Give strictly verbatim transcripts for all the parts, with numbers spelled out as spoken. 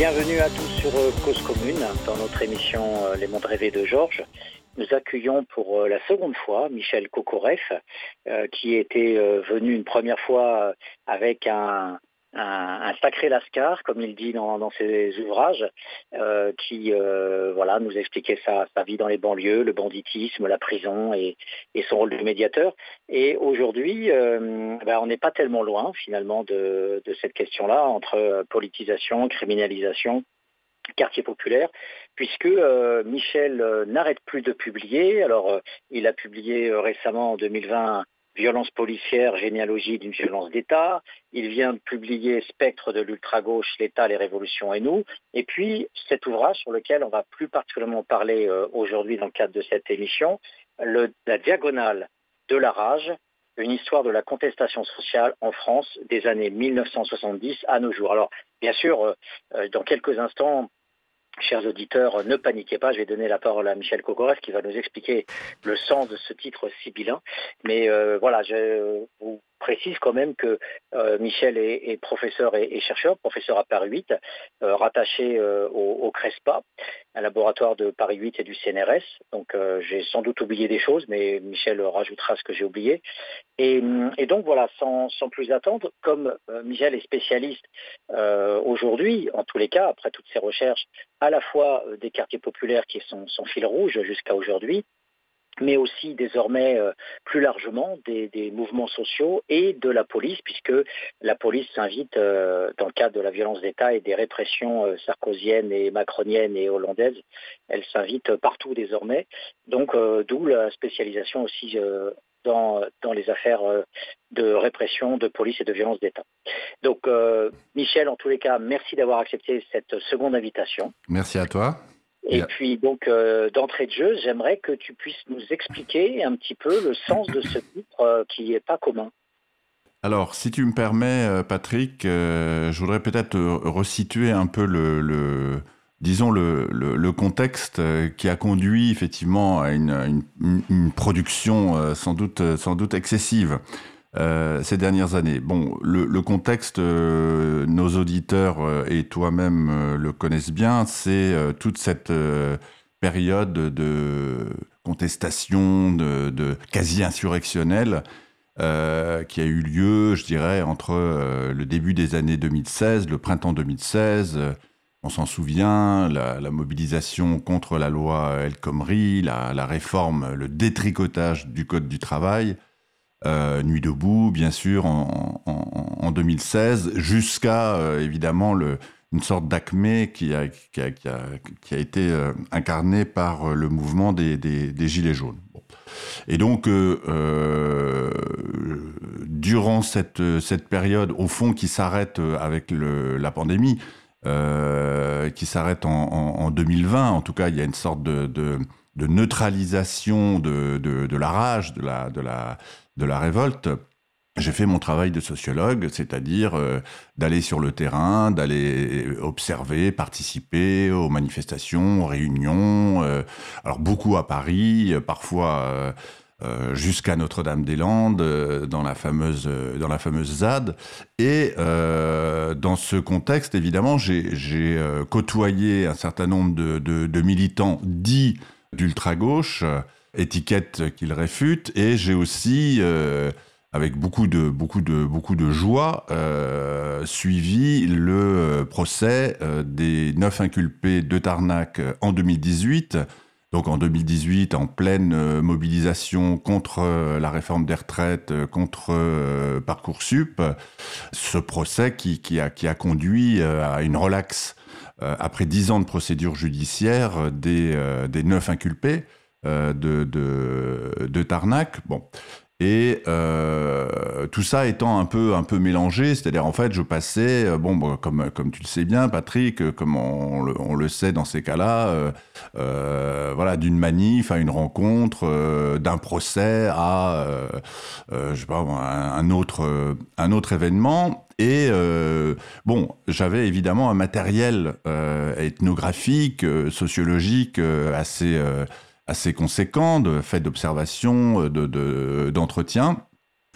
Bienvenue à tous sur euh, Cause Commune, dans notre émission euh, Les Mondes Rêvés de Georges. Nous accueillons pour euh, la seconde fois Michel Kokoreff, euh, qui était euh, venu une première fois euh, avec un, un, un sacré lascar, comme il dit dans, dans ses ouvrages, euh, qui euh, voilà, nous expliquait sa, sa vie dans les banlieues, le banditisme, la prison et, et son rôle de médiateur. Et aujourd'hui, euh, ben, on n'est pas tellement loin finalement de, de cette question-là, entre politisation, criminalisation, quartier populaire, puisque euh, Michel euh, n'arrête plus de publier. Alors, euh, il a publié euh, récemment en deux mille vingt Violence policière, généalogie d'une violence d'État. Il vient de publier Spectre de l'ultra-gauche, l'État, les révolutions et nous. Et puis, cet ouvrage sur lequel on va plus particulièrement parler euh, aujourd'hui dans le cadre de cette émission, le, la diagonale de la rage, une histoire de la contestation sociale en France des années mille neuf cent soixante-dix à nos jours. Alors, bien sûr, euh, dans quelques instants, chers auditeurs, ne paniquez pas, je vais donner la parole à Michel Kokoreff qui va nous expliquer le sens de ce titre sibyllin. Mais euh, voilà, je vous précise quand même que euh, Michel est, est professeur et, et chercheur, professeur à Paris huit, euh, rattaché euh, au, au CRESPA, un laboratoire de Paris huit et du C N R S. Donc euh, j'ai sans doute oublié des choses, mais Michel rajoutera ce que j'ai oublié. Et, et donc voilà, sans, sans plus attendre, comme euh, Michel est spécialiste euh, aujourd'hui, en tous les cas, après toutes ses recherches, à la fois euh, des quartiers populaires qui sont son fil rouge jusqu'à aujourd'hui, mais aussi désormais euh, plus largement des, des mouvements sociaux et de la police, puisque la police s'invite euh, dans le cadre de la violence d'État et des répressions euh, sarkoziennes et macroniennes et hollandaises, elle s'invite partout désormais. Donc euh, d'où la spécialisation aussi euh, dans, dans les affaires euh, de répression, de police et de violence d'État. Donc euh, Michel, en tous les cas, merci d'avoir accepté cette seconde invitation. Merci à toi. Et puis donc euh, d'entrée de jeu, j'aimerais que tu puisses nous expliquer un petit peu le sens de ce titre euh, qui n'est pas commun. Alors, si tu me permets, Patrick, euh, je voudrais peut-être resituer un peu le, le disons le, le, le contexte qui a conduit effectivement à une, une, une production euh, sans doute sans doute excessive euh, ces dernières années. Bon, le, le contexte, euh, nos auditeurs euh, et toi-même euh, le connaissent bien, c'est euh, toute cette euh, période de contestation, de, de quasi-insurrectionnelle euh, qui a eu lieu, je dirais, entre euh, le début des années deux mille seize, le printemps deux mille seize. Euh, on s'en souvient, la, la mobilisation contre la loi El Khomri, la, la réforme, le détricotage du Code du travail. Euh, Nuit debout, bien sûr, en, en, en deux mille seize, jusqu'à, euh, évidemment, le, une sorte d'acmé qui a, qui a, qui a, qui a été euh, incarné par le mouvement des, des, des Gilets jaunes. Bon. Et donc, euh, euh, durant cette, cette période, au fond, qui s'arrête avec le, la pandémie, euh, qui s'arrête en, en, en deux mille vingt, en tout cas, il y a une sorte de... de de neutralisation de, de, de la rage, de la, de, la, de la révolte, j'ai fait mon travail de sociologue, c'est-à-dire euh, d'aller sur le terrain, d'aller observer, participer aux manifestations, aux réunions, euh, alors beaucoup à Paris, parfois euh, euh, jusqu'à Notre-Dame-des-Landes, euh, dans la fameuse, euh, dans la fameuse ZAD. Et euh, dans ce contexte, évidemment, j'ai, j'ai euh, côtoyé un certain nombre de, de, de militants dits d'ultra-gauche, étiquette qu'il réfute, et j'ai aussi, euh, avec beaucoup de, beaucoup de, beaucoup de joie, euh, suivi le procès euh, des neuf inculpés de Tarnac en deux mille dix-huit. Donc en deux mille dix-huit, en pleine euh, mobilisation contre euh, la réforme des retraites, euh, contre euh, Parcoursup, ce procès qui, qui, a, qui a conduit euh, à une relaxe Euh, après dix ans de procédure judiciaire, des, euh, des neuf inculpés euh, de, de, de Tarnac. Bon. Et euh, tout ça étant un peu, un peu mélangé, c'est-à-dire en fait je passais, euh, bon, bon comme, comme tu le sais bien Patrick, comme on, le, on le sait dans ces cas-là, euh, euh, voilà, d'une manif à une rencontre, euh, d'un procès à euh, euh, je sais pas, un, un, autre, un autre événement. Et euh, bon, j'avais évidemment un matériel euh, ethnographique, euh, sociologique euh, assez, euh, assez conséquent, de fait d'observation, de, de, d'entretien.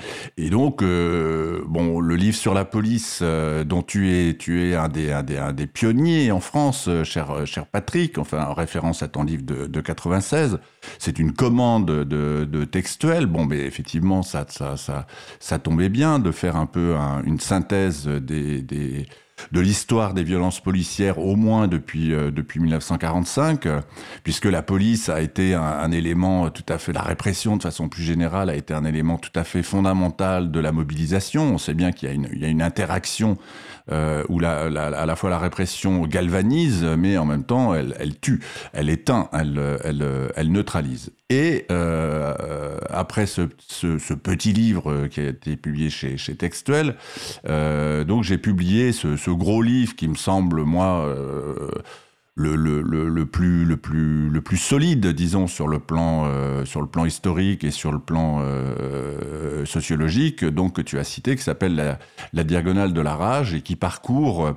Et donc, euh, bon, le livre sur la police, euh, dont tu es, tu es un des, un des, un des pionniers en France, euh, cher, cher Patrick, enfin, en référence à ton livre de, de quatre-vingt-seize, c'est une commande de, de textuel. Bon, mais effectivement, ça, ça, ça, ça tombait bien de faire un peu un, une synthèse des, des de l'histoire des violences policières, au moins depuis, euh, depuis mille neuf cent quarante-cinq, euh, puisque la police a été un, un élément tout à fait, la répression de façon plus générale a été un élément tout à fait fondamental de la mobilisation. On sait bien qu'il y a une, il y a une interaction euh, où la, la, à la fois la répression galvanise, mais en même temps elle, elle tue, elle éteint, elle, elle, elle neutralise. Et euh, après ce, ce, ce petit livre qui a été publié chez, chez Textuel, euh, donc j'ai publié ce, ce gros livre qui me semble, moi, euh, le, le, le, le, plus, le, plus, le plus solide, disons, sur le plan, euh, sur le plan historique et sur le plan euh, sociologique, donc que tu as cité, qui s'appelle la, la Diagonale de la Rage et qui parcourt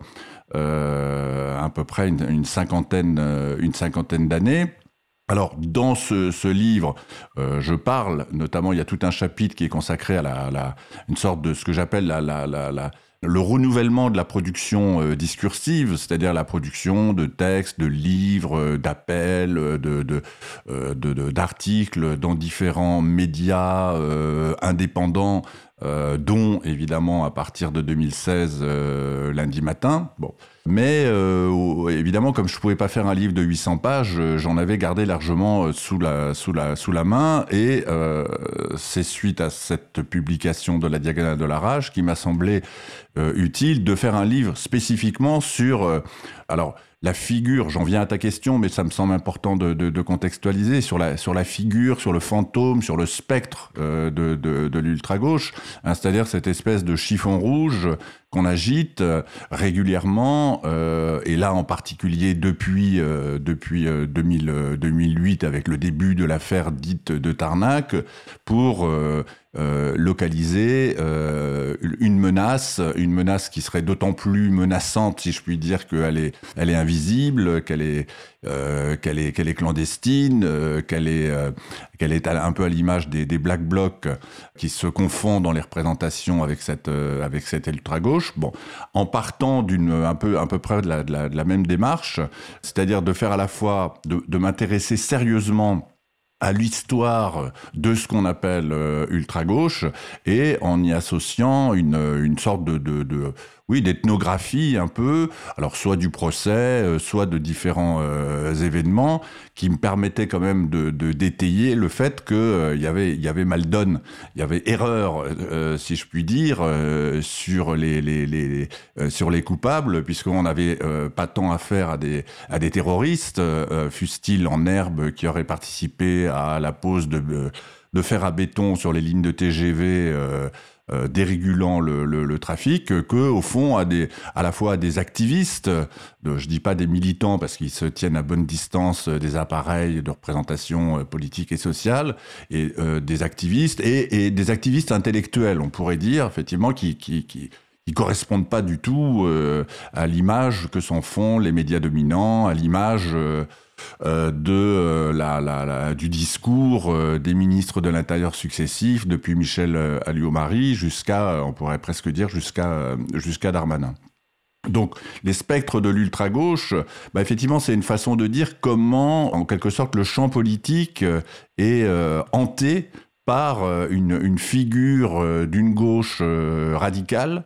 euh, à peu près une, une cinquantaine, une cinquantaine d'années. Alors, dans ce, ce livre, euh, je parle, notamment, il y a tout un chapitre qui est consacré à la, la, une sorte de ce que j'appelle la, la, la, la, le renouvellement de la production euh, discursive, c'est-à-dire la production de textes, de livres, d'appels, de, de, euh, de, de, d'articles dans différents médias euh, indépendants, euh, dont, évidemment, à partir de deux mille seize, euh, Lundi Matin. Bon. Mais euh, évidemment, comme je ne pouvais pas faire un livre de huit cents pages, j'en avais gardé largement sous la, sous la, sous la main. Et euh, c'est suite à cette publication de La Diagonale de la Rage qui m'a semblé euh, utile de faire un livre spécifiquement sur... Euh, alors, la figure, j'en viens à ta question, mais ça me semble important de, de, de contextualiser, sur la, sur la figure, sur le fantôme, sur le spectre euh, de, de, de l'ultra-gauche, hein, c'est-à-dire cette espèce de chiffon rouge qu'on agite euh, régulièrement, euh, et là en particulier depuis, euh, depuis euh, deux mille, euh, deux mille huit, avec le début de l'affaire dite de Tarnac, pour euh, euh, localiser euh, une menace, une menace qui serait d'autant plus menaçante, si je puis dire, qu'elle est, elle est invisible, qu'elle est, euh, qu'elle est, qu'elle est clandestine, euh, qu'elle est, euh, qu'elle est un peu à l'image des, des Black Blocs qui se confondent dans les représentations avec cette, euh, avec cette ultra-gauche. Bon, en partant d'une un peu à peu près de la, de la, de la même démarche, c'est-à-dire de faire à la fois de, de m'intéresser sérieusement à l'histoire de ce qu'on appelle euh, ultra-gauche et en y associant une, une sorte de, de, de oui, d'ethnographie un peu, alors soit du procès, euh, soit de différents euh, événements qui me permettaient quand même de, de d'étayer le fait que euh, y avait il y avait mal donne, il y avait erreur, euh, si je puis dire, euh, sur les les les euh, sur les coupables, puisqu'on n'avait euh, pas tant affaire à des à des terroristes, euh, fussent-ils en herbe, qui auraient participé à la pose de de fer à béton sur les lignes de T G V. Euh, Euh, dérégulant le, le, le trafic, que au fond à des à la fois à des activistes, de, je dis pas des militants parce qu'ils se tiennent à bonne distance des appareils de représentation euh, politique et sociale, et euh, des activistes et, et des activistes intellectuels, on pourrait dire effectivement qui qui qui qui correspondent pas du tout euh, à l'image que s'en font les médias dominants, à l'image euh, Euh, de euh, la, la, la, du discours euh, des ministres de l'Intérieur successifs, depuis Michel euh, Alliot-Marie jusqu'à, on pourrait presque dire, jusqu'à, euh, jusqu'à Darmanin. Donc, les spectres de l'ultra-gauche, bah, effectivement, c'est une façon de dire comment, en quelque sorte, le champ politique est euh, hanté par euh, une, une figure euh, d'une gauche euh, radicale,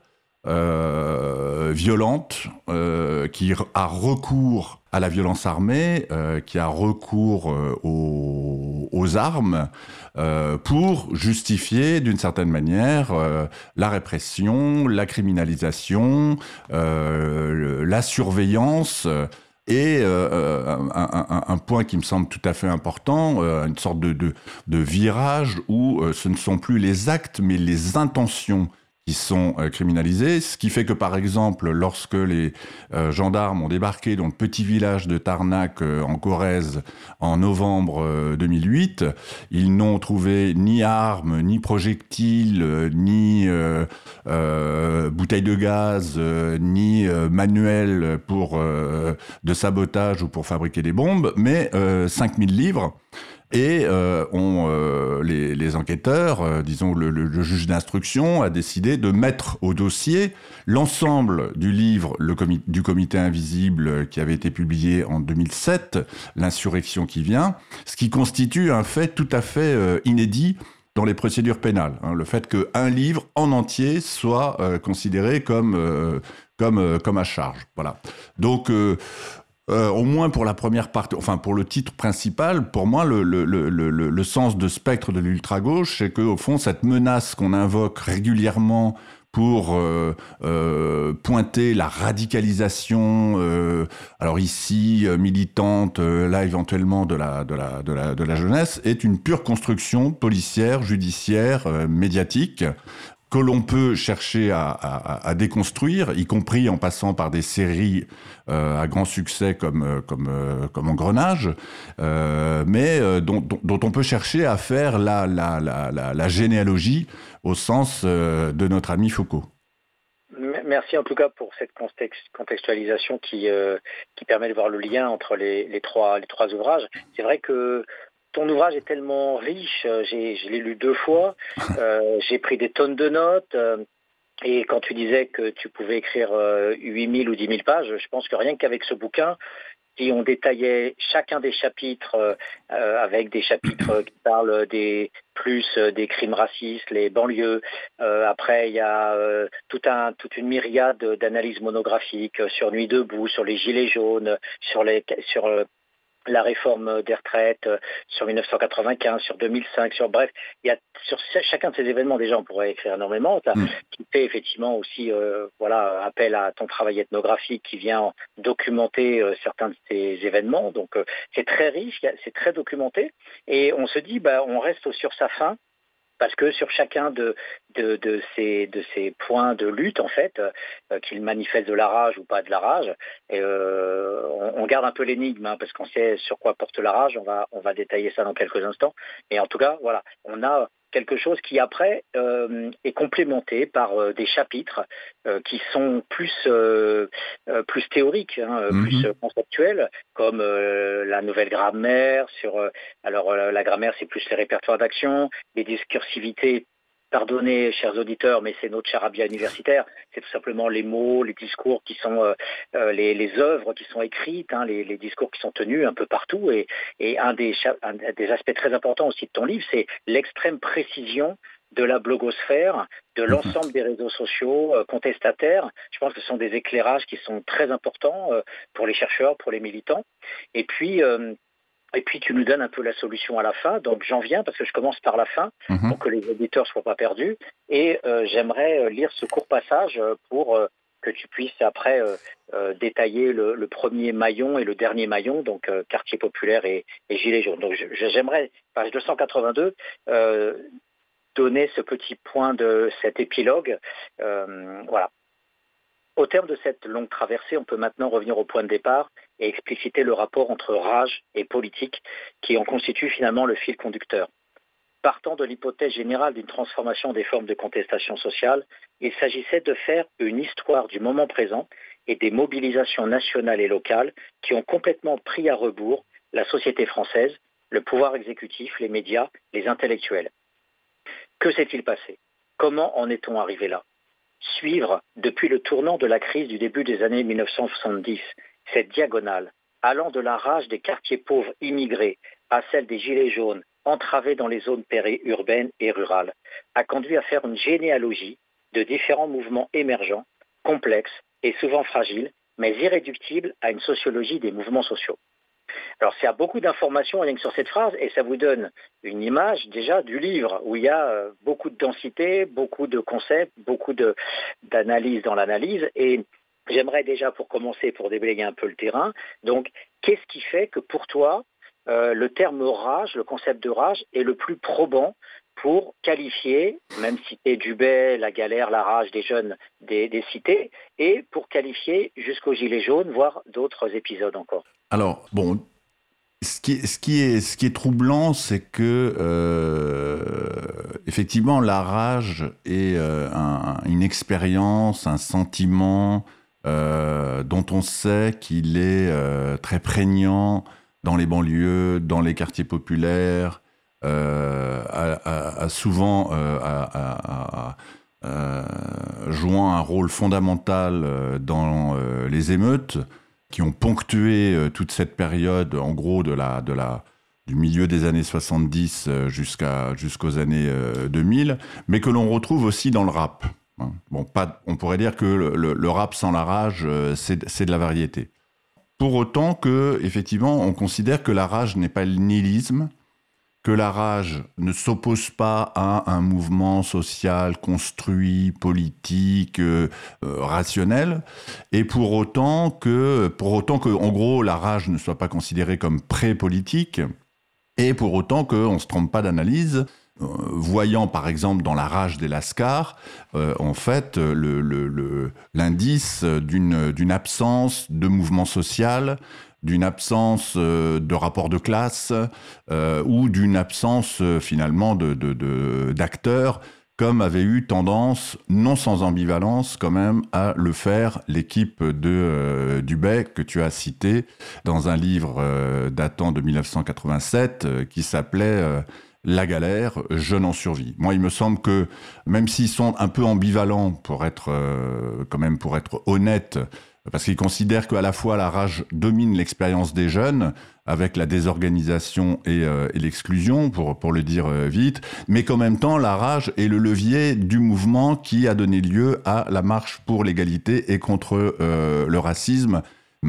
Euh, violente, euh, qui a recours à la violence armée, euh, qui a recours euh, aux, aux armes euh, pour justifier d'une certaine manière euh, la répression, la criminalisation, euh, la surveillance. Et euh, un, un, un point qui me semble tout à fait important, euh, une sorte de, de, de virage où euh, ce ne sont plus les actes mais les intentions qui sont euh, criminalisés, ce qui fait que, par exemple, lorsque les euh, gendarmes ont débarqué dans le petit village de Tarnac, euh, en Corrèze, en novembre euh, deux mille huit, ils n'ont trouvé ni armes, ni projectiles, euh, ni euh, euh, bouteilles de gaz, euh, ni euh, manuels pour, euh, de sabotage ou pour fabriquer des bombes, mais euh, cinq mille livres. Et euh, on, euh, les, les enquêteurs, euh, disons le, le, le juge d'instruction, a décidé de mettre au dossier l'ensemble du livre le comi- du Comité Invisible qui avait été publié en deux mille sept, L'insurrection qui vient, ce qui constitue un fait tout à fait euh, inédit dans les procédures pénales. Hein, le fait qu'un livre en entier soit euh, considéré comme, euh, comme, euh, comme à charge. Voilà. Donc... Euh, Euh, au moins pour la première partie, enfin pour le titre principal, pour moi, le, le, le, le, le sens de spectre de l'ultra-gauche, c'est qu'au fond, cette menace qu'on invoque régulièrement pour euh, euh, pointer la radicalisation, euh, alors ici, euh, militante, euh, là éventuellement de la, de, la, de, la, de la jeunesse, est une pure construction policière, judiciaire, euh, médiatique, que l'on peut chercher à, à, à déconstruire, y compris en passant par des séries euh, à grand succès comme, comme, euh, comme Engrenage, euh, mais euh, dont, dont, dont on peut chercher à faire la, la, la, la, la généalogie au sens euh, de notre ami Foucault. Merci en tout cas pour cette contextualisation qui, euh, qui permet de voir le lien entre les, les, trois, les trois ouvrages. C'est vrai que ton ouvrage est tellement riche, j'ai, je l'ai lu deux fois, euh, j'ai pris des tonnes de notes, euh, et quand tu disais que tu pouvais écrire euh, huit mille ou dix mille pages, je pense que rien qu'avec ce bouquin, si on détaillait chacun des chapitres euh, avec des chapitres qui parlent des plus euh, des crimes racistes, les banlieues. Euh, après, il y a euh, tout un, toute une myriade d'analyses monographiques sur Nuit debout, sur les gilets jaunes, sur les sur euh, la réforme des retraites, euh, sur mille neuf cent quatre-vingt-quinze, sur deux mille cinq, sur bref, il y a sur chacun de ces événements déjà on pourrait écrire énormément. Ça, mmh. Qui fait effectivement aussi euh, voilà appel à ton travail ethnographique qui vient documenter euh, certains de ces événements. Donc euh, c'est très riche, c'est très documenté et on se dit bah on reste sur sa faim. Parce que sur chacun de, de, de, ces, de ces points de lutte, en fait, euh, qu'ils manifestent de la rage ou pas de la rage, et, euh, on, on garde un peu l'énigme, hein, parce qu'on sait sur quoi porte la rage, on va, on va détailler ça dans quelques instants. Et en tout cas, voilà, on a quelque chose qui après euh, est complémenté par euh, des chapitres euh, qui sont plus euh, euh, plus théoriques, hein, mm-hmm. plus conceptuels, comme euh, la nouvelle grammaire sur euh, alors euh, la grammaire c'est plus les répertoires d'action, les discursivités. Pardonnez, chers auditeurs, mais c'est notre charabia universitaire. C'est tout simplement les mots, les discours qui sont, euh, euh, les, les œuvres qui sont écrites, hein, les, les discours qui sont tenus un peu partout. Et, et un, des, un des aspects très importants aussi de ton livre, c'est l'extrême précision de la blogosphère, de l'ensemble des réseaux sociaux euh, contestataires. Je pense que ce sont des éclairages qui sont très importants euh, pour les chercheurs, pour les militants. Et puis... Euh, Et puis tu nous donnes un peu la solution à la fin, donc j'en viens parce que je commence par la fin mmh. pour que les auditeurs ne soient pas perdus et euh, j'aimerais lire ce court passage pour euh, que tu puisses après euh, euh, détailler le, le premier maillon et le dernier maillon, donc euh, quartier populaire et, et gilets jaunes. Donc je, j'aimerais, page deux cent quatre-vingt-deux, euh, donner ce petit point de cet épilogue. Euh, voilà. Au terme de cette longue traversée, on peut maintenant revenir au point de départ et expliciter le rapport entre rage et politique qui en constitue finalement le fil conducteur. Partant de l'hypothèse générale d'une transformation des formes de contestation sociale, il s'agissait de faire une histoire du moment présent et des mobilisations nationales et locales qui ont complètement pris à rebours la société française, le pouvoir exécutif, les médias, les intellectuels. Que s'est-il passé ? Comment en est-on arrivé là ? Suivre, depuis le tournant de la crise du début des années mille neuf cent soixante-dix, cette diagonale allant de la rage des quartiers pauvres immigrés à celle des gilets jaunes entravés dans les zones périurbaines et rurales, a conduit à faire une généalogie de différents mouvements émergents, complexes et souvent fragiles, mais irréductibles à une sociologie des mouvements sociaux. Alors, c'est beaucoup d'informations rien que sur cette phrase et ça vous donne une image déjà du livre où il y a beaucoup de densité, beaucoup de concepts, beaucoup de, d'analyse dans l'analyse et j'aimerais déjà pour commencer, pour déblayer un peu le terrain, donc qu'est-ce qui fait que pour toi, euh, le terme rage, le concept de rage est le plus probant pour qualifier, même citer Dubay, la galère, la rage des jeunes des, des cités, et pour qualifier jusqu'aux Gilets jaunes, voire d'autres épisodes encore. Alors, bon, ce qui est, ce qui est, ce qui est troublant, c'est que, euh, effectivement, la rage est euh, un, une expérience, un sentiment euh, dont on sait qu'il est euh, très prégnant dans les banlieues, dans les quartiers populaires, euh, a, a, a souvent euh, a, a, a, euh, jouant un rôle fondamental dans euh, les émeutes qui ont ponctué euh, toute cette période, en gros, de la, de la, du milieu des années soixante-dix jusqu'à, jusqu'aux années euh, deux mille, mais que l'on retrouve aussi dans le rap. Hein. Bon, pas, on pourrait dire que le, le, le rap sans la rage, euh, c'est, c'est de la variété. Pour autant que, effectivement, on considère que la rage n'est pas le nihilisme, que la rage ne s'oppose pas à un mouvement social construit, politique, euh, euh, rationnel, et pour autant que, pour autant que, en gros, la rage ne soit pas considérée comme pré-politique, et pour autant qu'on ne se trompe pas d'analyse, euh, voyant par exemple dans la rage des Lascars, euh, en fait, le, le, le, l'indice d'une, d'une absence de mouvement social, d'une absence euh, de rapport de classe euh, ou d'une absence euh, finalement de, de, de, d'acteurs, comme avait eu tendance, non sans ambivalence quand même, à le faire l'équipe de euh, Dubay, que tu as cité dans un livre euh, datant de dix-neuf cent quatre-vingt-sept euh, qui s'appelait euh, « La galère, jeune en survie ». Moi, il me semble que, même s'ils sont un peu ambivalents, pour être, euh, quand même pour être honnête, parce qu'ils considèrent qu'à la fois la rage domine l'expérience des jeunes, avec la désorganisation et, euh, et l'exclusion, pour, pour le dire euh, vite, mais qu'en même temps, la rage est le levier du mouvement qui a donné lieu à la marche pour l'égalité et contre euh, le racisme,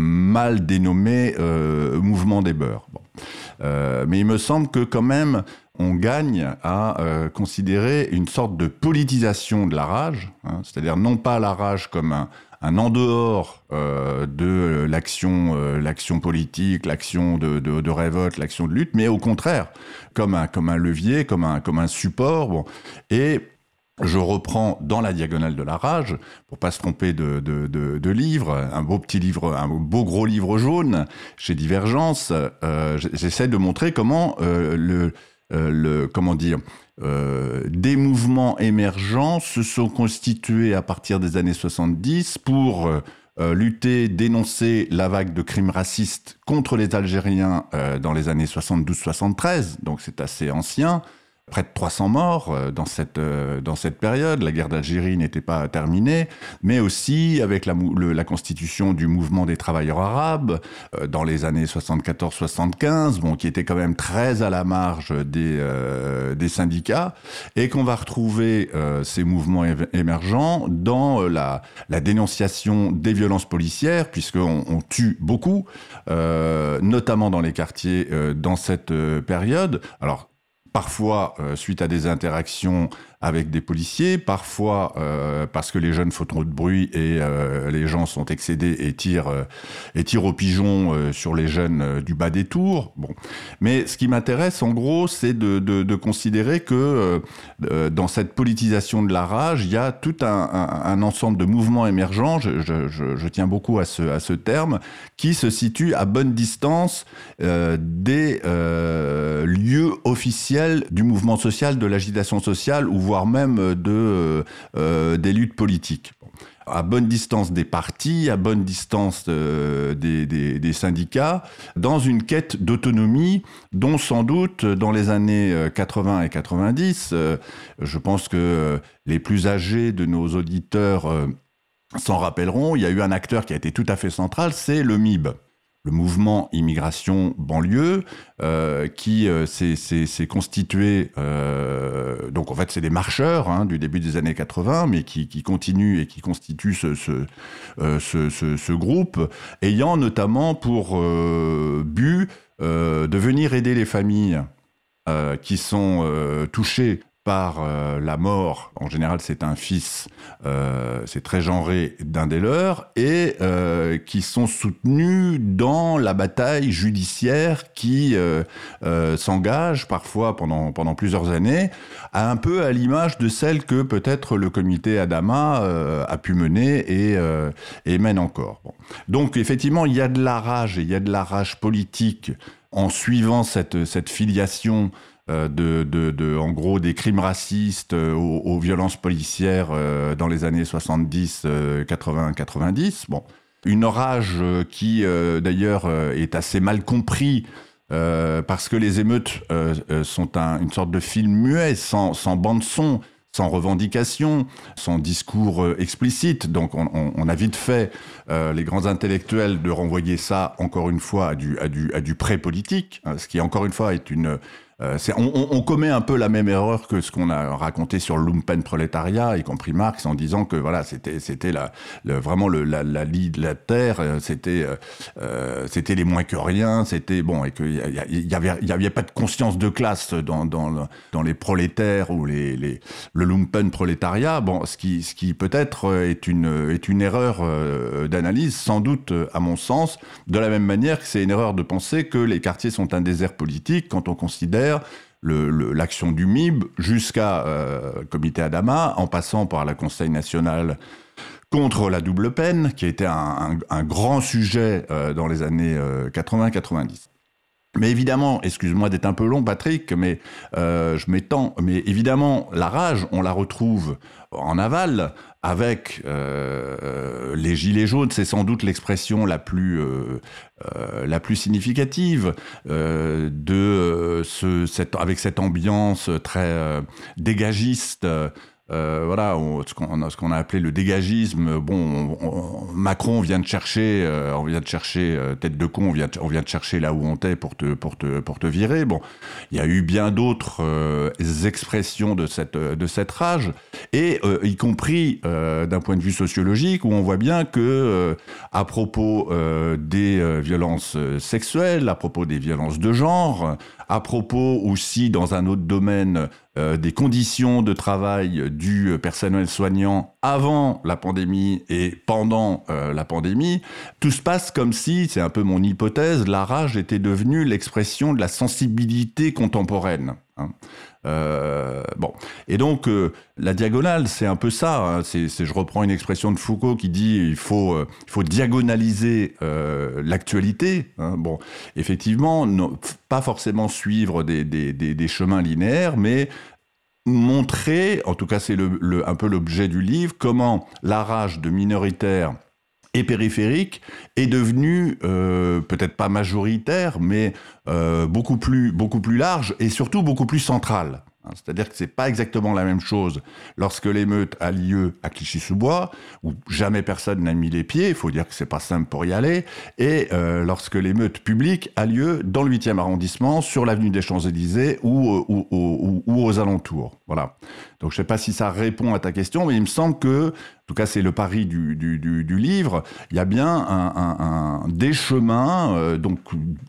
mal dénommé euh, mouvement des beurs. Bon. Euh, mais il me semble que quand même, on gagne à euh, considérer une sorte de politisation de la rage, hein, c'est-à-dire non pas la rage comme un un en dehors euh, de l'action, euh, l'action politique, l'action de, de, de révolte, l'action de lutte, mais au contraire, comme un, comme un levier, comme un, comme un support. Bon. Et je reprends dans la diagonale de la rage, pour pas se tromper de, de, de, de livre, un beau petit livre, un beau gros livre jaune chez Divergence. Euh, j'essaie de montrer comment euh, le, euh, le, comment dire. Euh, des mouvements émergents se sont constitués à partir des années soixante-dix pour euh, lutter, dénoncer la vague de crimes racistes contre les Algériens euh, dans les années soixante-douze soixante-treize, donc c'est assez ancien. Près de trois cents morts euh, dans, cette, euh, dans cette période. La guerre d'Algérie n'était pas terminée, mais aussi avec la, le, la constitution du mouvement des travailleurs arabes euh, dans les années soixante-quatorze soixante-quinze, bon, qui était quand même très à la marge des, euh, des syndicats, et qu'on va retrouver euh, ces mouvements é- émergents dans euh, la, la dénonciation des violences policières, puisqu'on on tue beaucoup, euh, notamment dans les quartiers euh, dans cette euh, période. Alors, parfois euh, suite à des interactions avec des policiers, parfois euh, parce que les jeunes font trop de bruit et euh, les gens sont excédés et tirent, euh, et tirent au pigeon euh, sur les jeunes euh, du bas des tours. Bon. Mais ce qui m'intéresse, en gros, c'est de, de, de considérer que euh, dans cette politisation de la rage, il y a tout un, un, un ensemble de mouvements émergents, je, je, je, je tiens beaucoup à ce, à ce terme, qui se situent à bonne distance euh, des euh, lieux officiels du mouvement social, de l'agitation sociale, ou voire même de, euh, des luttes politiques. À bonne distance des partis, à bonne distance euh, des, des, des syndicats, dans une quête d'autonomie dont sans doute dans les années quatre-vingts et quatre-vingt-dix, euh, je pense que euh, les plus âgés de nos auditeurs euh, s'en rappelleront, il y a eu un acteur qui a été tout à fait central, c'est le M I B. Le mouvement immigration banlieue euh, qui euh, s'est, s'est, s'est constitué, euh, donc en fait c'est des marcheurs hein, du début des années quatre-vingts, mais qui, qui continuent et qui constituent ce, ce, euh, ce, ce, ce groupe, ayant notamment pour euh, but euh, de venir aider les familles euh, qui sont euh, touchées par euh, la mort, en général c'est un fils, euh, c'est très genré, d'un des leurs, et euh, qui sont soutenus dans la bataille judiciaire qui euh, euh, s'engage parfois pendant, pendant plusieurs années, un peu à l'image de celle que peut-être le comité Adama euh, a pu mener et, euh, et mène encore. Bon. Donc effectivement, il y a de la rage, et il y a de la rage politique en suivant cette, cette filiation De, de, de, en gros, des crimes racistes aux, aux violences policières euh, dans les années soixante-dix, quatre-vingts, quatre-vingt-dix. Bon. Une rage qui, euh, d'ailleurs, euh, est assez mal compris euh, parce que les émeutes euh, euh, sont un, une sorte de film muet, sans, sans bande-son, sans revendication, sans discours euh, explicite. Donc on, on, on a vite fait, euh, les grands intellectuels, de renvoyer ça, encore une fois, à du, à du, à du pré-politique, hein, ce qui, encore une fois, est une... Euh, c'est, on, on commet un peu la même erreur que ce qu'on a raconté sur le lumpenprolétariat, y compris Marx, en disant que voilà, c'était, c'était la, le, vraiment le, la, la lie de la terre, c'était, euh, c'était les moins que rien, c'était bon, et qu'il y, y avait, il y avait pas de conscience de classe dans, dans, dans les prolétaires ou les, les, le lumpenprolétariat. Bon, ce qui, ce qui peut-être est une, est une erreur d'analyse, sans doute, à mon sens, de la même manière que c'est une erreur de penser que les quartiers sont un désert politique quand on considère Le, le, l'action du M I B jusqu'à euh, le comité Adama, en passant par la Conseil national contre la double peine, qui a été un, un, un grand sujet euh, dans les années euh, quatre-vingts quatre-vingt-dix. Mais évidemment, excuse-moi d'être un peu long, Patrick, mais euh, je m'étends, mais évidemment, la rage, on la retrouve en aval, avec euh, les gilets jaunes, c'est sans doute l'expression la plus, euh, euh, la plus significative euh, de euh, ce, cette, avec cette ambiance très euh, dégagiste. Euh, voilà, on, ce, qu'on, ce qu'on a appelé le dégagisme. Bon, on, on, Macron vient de chercher, euh, on vient de chercher euh, tête de con, on vient de, on vient de chercher là où on t'est pour te, pour te, pour te virer. Bon, il y a eu bien d'autres euh, expressions de cette, de cette rage, et euh, y compris euh, d'un point de vue sociologique, où on voit bien que euh, à propos euh, des euh, violences sexuelles, à propos des violences de genre, à propos aussi dans un autre domaine euh, des conditions de travail du personnel soignant avant la pandémie et pendant euh, la pandémie, tout se passe comme si, c'est un peu mon hypothèse, la rage était devenue l'expression de la sensibilité contemporaine. Hein. Euh, bon, et donc euh, la diagonale, c'est un peu ça. Hein. C'est, c'est, je reprends une expression de Foucault qui dit il faut, euh, il faut diagonaliser euh, l'actualité. Hein. Bon, effectivement, non, pas forcément suivre des, des, des, des chemins linéaires, mais montrer, en tout cas c'est le, le, un peu l'objet du livre, comment la rage de minoritaires et périphérique est devenue euh, peut-être pas majoritaire, mais euh, beaucoup plus, beaucoup plus large et surtout beaucoup plus centrale. C'est-à-dire que c'est pas exactement la même chose lorsque l'émeute a lieu à Clichy-sous-Bois, où jamais personne n'a mis les pieds, il faut dire que c'est pas simple pour y aller, et euh, lorsque l'émeute publique a lieu dans le huitième arrondissement, sur l'avenue des Champs-Élysées ou, ou, ou, ou aux alentours. Voilà. Donc je sais pas si ça répond à ta question, mais il me semble que, en tout cas c'est le pari du, du, du, du livre, il y a bien un, un, un, des chemins, euh, donc...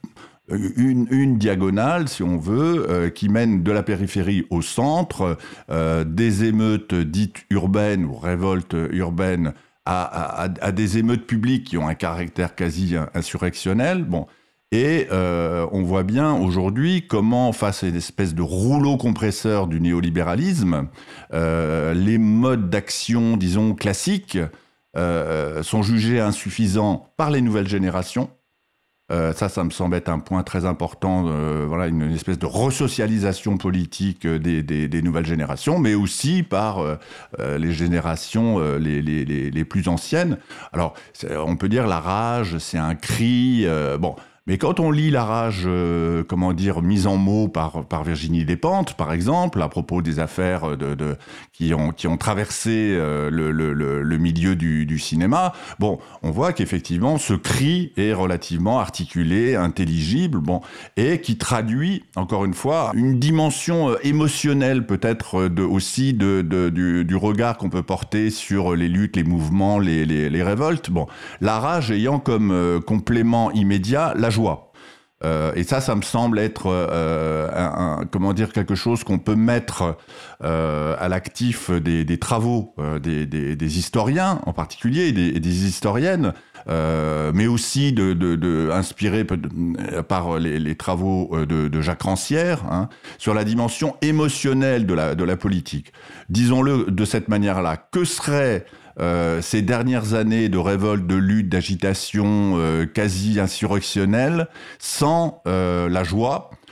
Une, une diagonale, si on veut, euh, qui mène de la périphérie au centre, euh, des émeutes dites urbaines ou révoltes urbaines à, à, à des émeutes publiques qui ont un caractère quasi insurrectionnel. Bon. Et euh, on voit bien aujourd'hui comment, face à une espèce de rouleau compresseur du néolibéralisme, euh, les modes d'action, disons, classiques, euh, sont jugés insuffisants par les nouvelles générations. Euh, ça, ça me semble être un point très important, euh, voilà, une, une espèce de resocialisation politique des, des, des nouvelles générations, mais aussi par euh, euh, les générations euh, les, les, les, les plus anciennes. Alors, on peut dire la rage, c'est un cri, euh, bon... Mais quand on lit la rage, euh, comment dire, mise en mots par, par Virginie Despentes, par exemple, à propos des affaires de, de, qui, ont, qui ont traversé euh, le, le, le milieu du, du cinéma, bon, on voit qu'effectivement, ce cri est relativement articulé, intelligible, bon, et qui traduit, encore une fois, une dimension émotionnelle peut-être de, aussi de, de, du, du regard qu'on peut porter sur les luttes, les mouvements, les, les, les révoltes. Bon, la rage ayant comme euh, complément immédiat la joie. Euh, et ça, ça me semble être, euh, un, un, comment dire, quelque chose qu'on peut mettre euh, à l'actif des, des travaux euh, des, des, des historiens, en particulier, et des, des historiennes, euh, mais aussi de, de, de inspiré par les, les travaux de, de Jacques Rancière, hein, sur la dimension émotionnelle de la, de la politique. Disons-le de cette manière-là, que serait Euh, ces dernières années de révolte, de lutte, d'agitation euh, quasi insurrectionnelle, sans euh, la joie,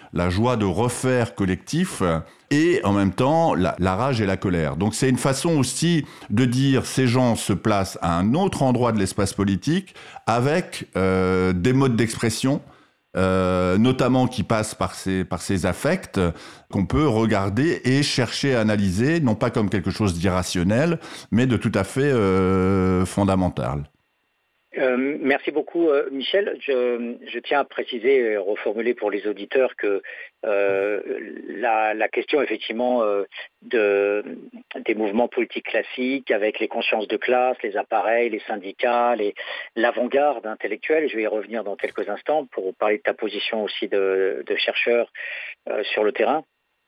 la joie de refaire collectif et en même temps la, la rage et la colère. Donc c'est une façon aussi de dire ces gens se placent à un autre endroit de l'espace politique avec euh, des modes d'expression Euh, notamment qui passent par ces, par ces affects qu'on peut regarder et chercher à analyser, non pas comme quelque chose d'irrationnel, mais de tout à fait euh, fondamental. Euh, merci beaucoup, euh, Michel. Je, je tiens à préciser et reformuler pour les auditeurs que euh, la, la question, effectivement, euh, de, des mouvements politiques classiques avec les consciences de classe, les appareils, les syndicats, les, l'avant-garde intellectuelle, je vais y revenir dans quelques instants pour parler de ta position aussi de, de chercheur euh, sur le terrain.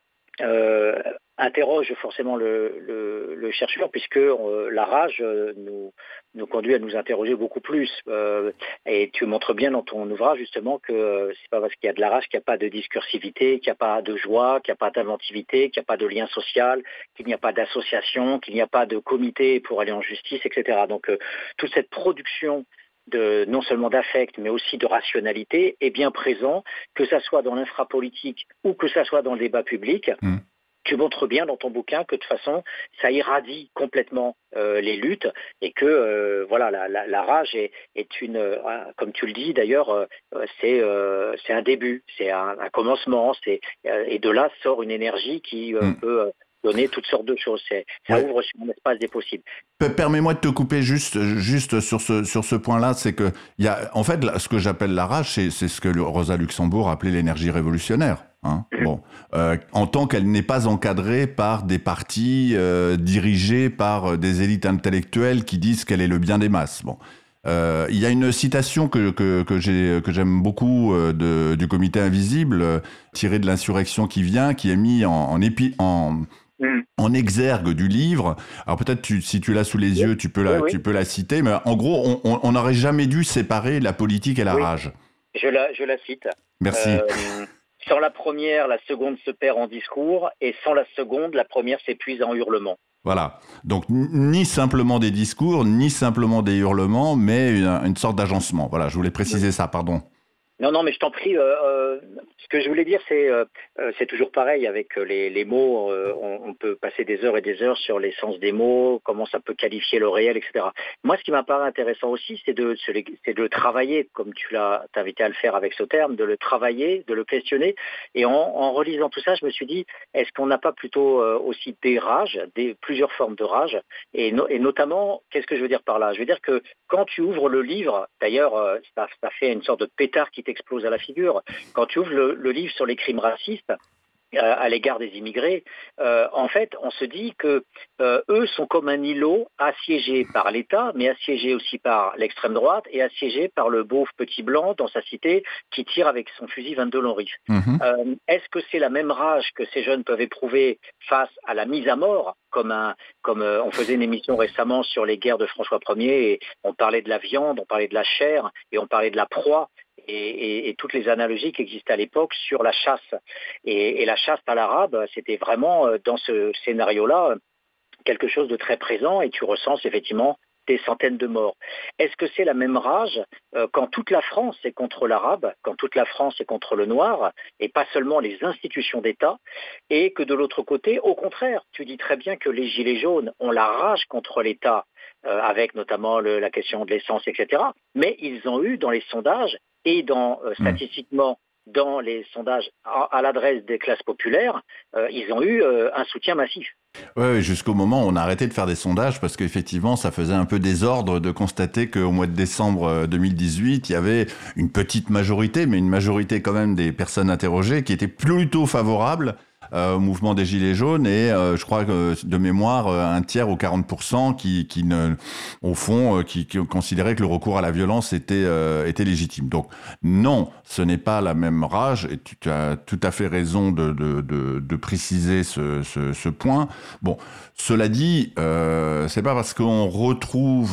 Euh, interroge forcément le, le, le chercheur puisque euh, la rage euh, nous, nous conduit à nous interroger beaucoup plus. Euh, et tu montres bien dans ton ouvrage justement que euh, c'est pas parce qu'il y a de la rage qu'il n'y a pas de discursivité, qu'il n'y a pas de joie, qu'il n'y a pas d'inventivité, qu'il n'y a pas de lien social, qu'il n'y a pas d'association, qu'il n'y a pas de comité pour aller en justice, et cetera. Donc euh, toute cette production de, non seulement d'affect, mais aussi de rationalité, est bien présent, que ça soit dans l'infrapolitique ou que ça soit dans le débat public. Mmh. Tu montres bien dans ton bouquin que de toute façon, ça irradie complètement euh, les luttes et que euh, voilà, la, la, la rage est, est une, euh, comme tu le dis d'ailleurs, euh, c'est, euh, c'est un début, c'est un, un commencement, c'est, euh, et de là sort une énergie qui euh, mmh. peut... Euh, donner toutes sortes de choses. C'est, ça ouais. ouvre sur un espace des possibles. Permets-moi de te couper juste, juste sur ce, sur ce point-là. C'est que, il y a, en fait, ce que j'appelle la rage, c'est, c'est ce que Rosa Luxembourg appelait l'énergie révolutionnaire. Hein. Mmh. Bon, euh, en tant qu'elle n'est pas encadrée par des partis euh, dirigés par des élites intellectuelles qui disent qu'elle est le bien des masses. Bon. Euh, il y a une citation que, que, que, j'ai, que j'aime beaucoup euh, de, du Comité Invisible, euh, tirée de l'insurrection qui vient, qui est mis en, en, épi, en, mmh. en exergue du livre. Alors peut-être tu, si tu l'as sous les oui. yeux, tu peux, la, oui, oui. tu peux la citer, mais en gros, on n'aurait jamais dû séparer la politique et la oui. rage. Je la, je la cite. Merci. Euh, sans la première, la seconde se perd en discours, et sans la seconde, la première s'épuise en hurlements. Voilà. Donc, ni simplement des discours, ni simplement des hurlements, mais une, une sorte d'agencement. Voilà, je voulais préciser oui. ça, pardon. Non, non, mais je t'en prie. Euh, euh, ce que je voulais dire, c'est euh, c'est toujours pareil avec les, les mots. Euh, on, on peut passer des heures et des heures sur l'essence des mots, comment ça peut qualifier le réel, et cetera. Moi, ce qui m'apparaît intéressant aussi, c'est de, c'est de le travailler, comme tu l'as invité à le faire avec ce terme, de le travailler, de le questionner. Et en, en relisant tout ça, je me suis dit, est-ce qu'on n'a pas plutôt euh, aussi des rages, des, plusieurs formes de rage, et, no, et notamment, qu'est-ce que je veux dire par là ? Je veux dire que quand tu ouvres le livre, d'ailleurs, euh, ça, ça fait une sorte de pétard qui explose à la figure. Quand tu ouvres le, le livre sur les crimes racistes euh, à l'égard des immigrés, euh, en fait, on se dit que euh, eux sont comme un îlot assiégé par l'État, mais assiégé aussi par l'extrême droite et assiégé par le beauf petit blanc dans sa cité qui tire avec son fusil vingt-deux long rifle. Mmh. Euh, est-ce que c'est la même rage que ces jeunes peuvent éprouver face à la mise à mort, comme un, comme euh, on faisait une émission récemment sur les guerres de François Ier et on parlait de la viande, on parlait de la chair et on parlait de la proie. Et, et, et toutes les analogies qui existaient à l'époque sur la chasse. Et, et la chasse à l'arabe, c'était vraiment, dans ce scénario-là, quelque chose de très présent et tu recenses effectivement des centaines de morts. Est-ce que c'est la même rage euh, quand toute la France est contre l'arabe, quand toute la France est contre le noir, et pas seulement les institutions d'État, et que de l'autre côté, au contraire, tu dis très bien que les gilets jaunes ont la rage contre l'État, euh, avec notamment le, la question de l'essence, et cetera. Mais ils ont eu dans les sondages et dans, euh, statistiquement dans les sondages à, à l'adresse des classes populaires, euh, ils ont eu euh, un soutien massif. Oui, jusqu'au moment où on a arrêté de faire des sondages parce qu'effectivement, ça faisait un peu désordre de constater qu'au mois de décembre deux mille dix-huit, il y avait une petite majorité, mais une majorité quand même des personnes interrogées qui étaient plutôt favorables Euh, au mouvement des Gilets jaunes et euh, je crois que de mémoire un tiers ou quarante pour cent qui, qui ne, au fond, euh, qui, qui considéraient que le recours à la violence était, euh, était légitime. Donc non, ce n'est pas la même rage et tu, tu as tout à fait raison de, de, de, de préciser ce, ce, ce point. Bon, cela dit, euh, c'est pas parce qu'on retrouve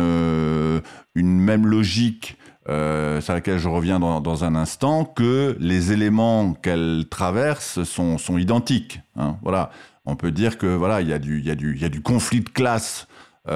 une, une même logique Euh, sur laquelle je reviens dans, dans un instant, que les éléments qu'elle traverse sont, sont identiques. Hein, voilà. On peut dire que voilà, il y a du, il y a du, il y a du conflit de classe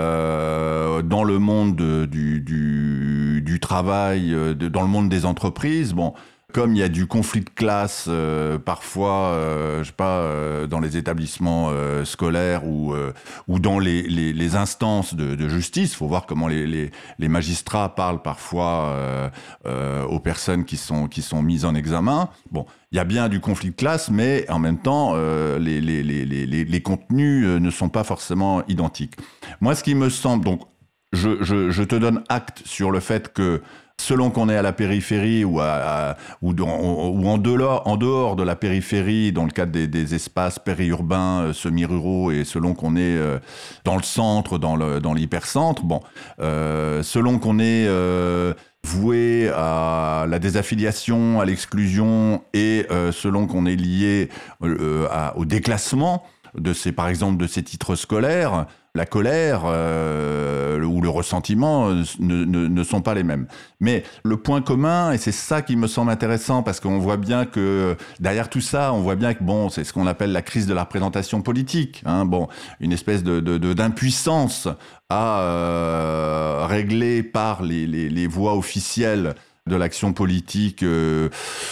euh, dans le monde de, du, du, du travail, de, dans le monde des entreprises. Bon, comme il y a du conflit de classe euh, parfois, euh, je sais pas, euh, dans les établissements euh, scolaires ou euh, ou dans les, les, les instances de, de justice, faut voir comment les, les, les magistrats parlent parfois euh, euh, aux personnes qui sont qui sont mises en examen. Bon, il y a bien du conflit de classe, mais en même temps, euh, les, les, les, les, les contenus ne sont pas forcément identiques. Moi, ce qui me semble, donc, je, je, je te donne acte sur le fait que selon qu'on est à la périphérie ou, à, à, ou, dans, ou en, dehors, en dehors de la périphérie, dans le cadre des, des espaces périurbains, euh, semi-ruraux, et selon qu'on est euh, dans le centre, dans, le, dans l'hypercentre, bon, euh, selon qu'on est euh, voué à la désaffiliation, à l'exclusion, et euh, selon qu'on est lié euh, à, au déclassement de ces, par exemple, de ces titres scolaires, la colère euh, ou le ressentiment ne, ne, ne sont pas les mêmes. Mais le point commun, et c'est ça qui me semble intéressant, parce qu'on voit bien que derrière tout ça, on voit bien que bon, c'est ce qu'on appelle la crise de la représentation politique. Hein, bon, une espèce de, de, de d'impuissance à euh, régler par les, les, les voies officielles de l'action politique. Euh,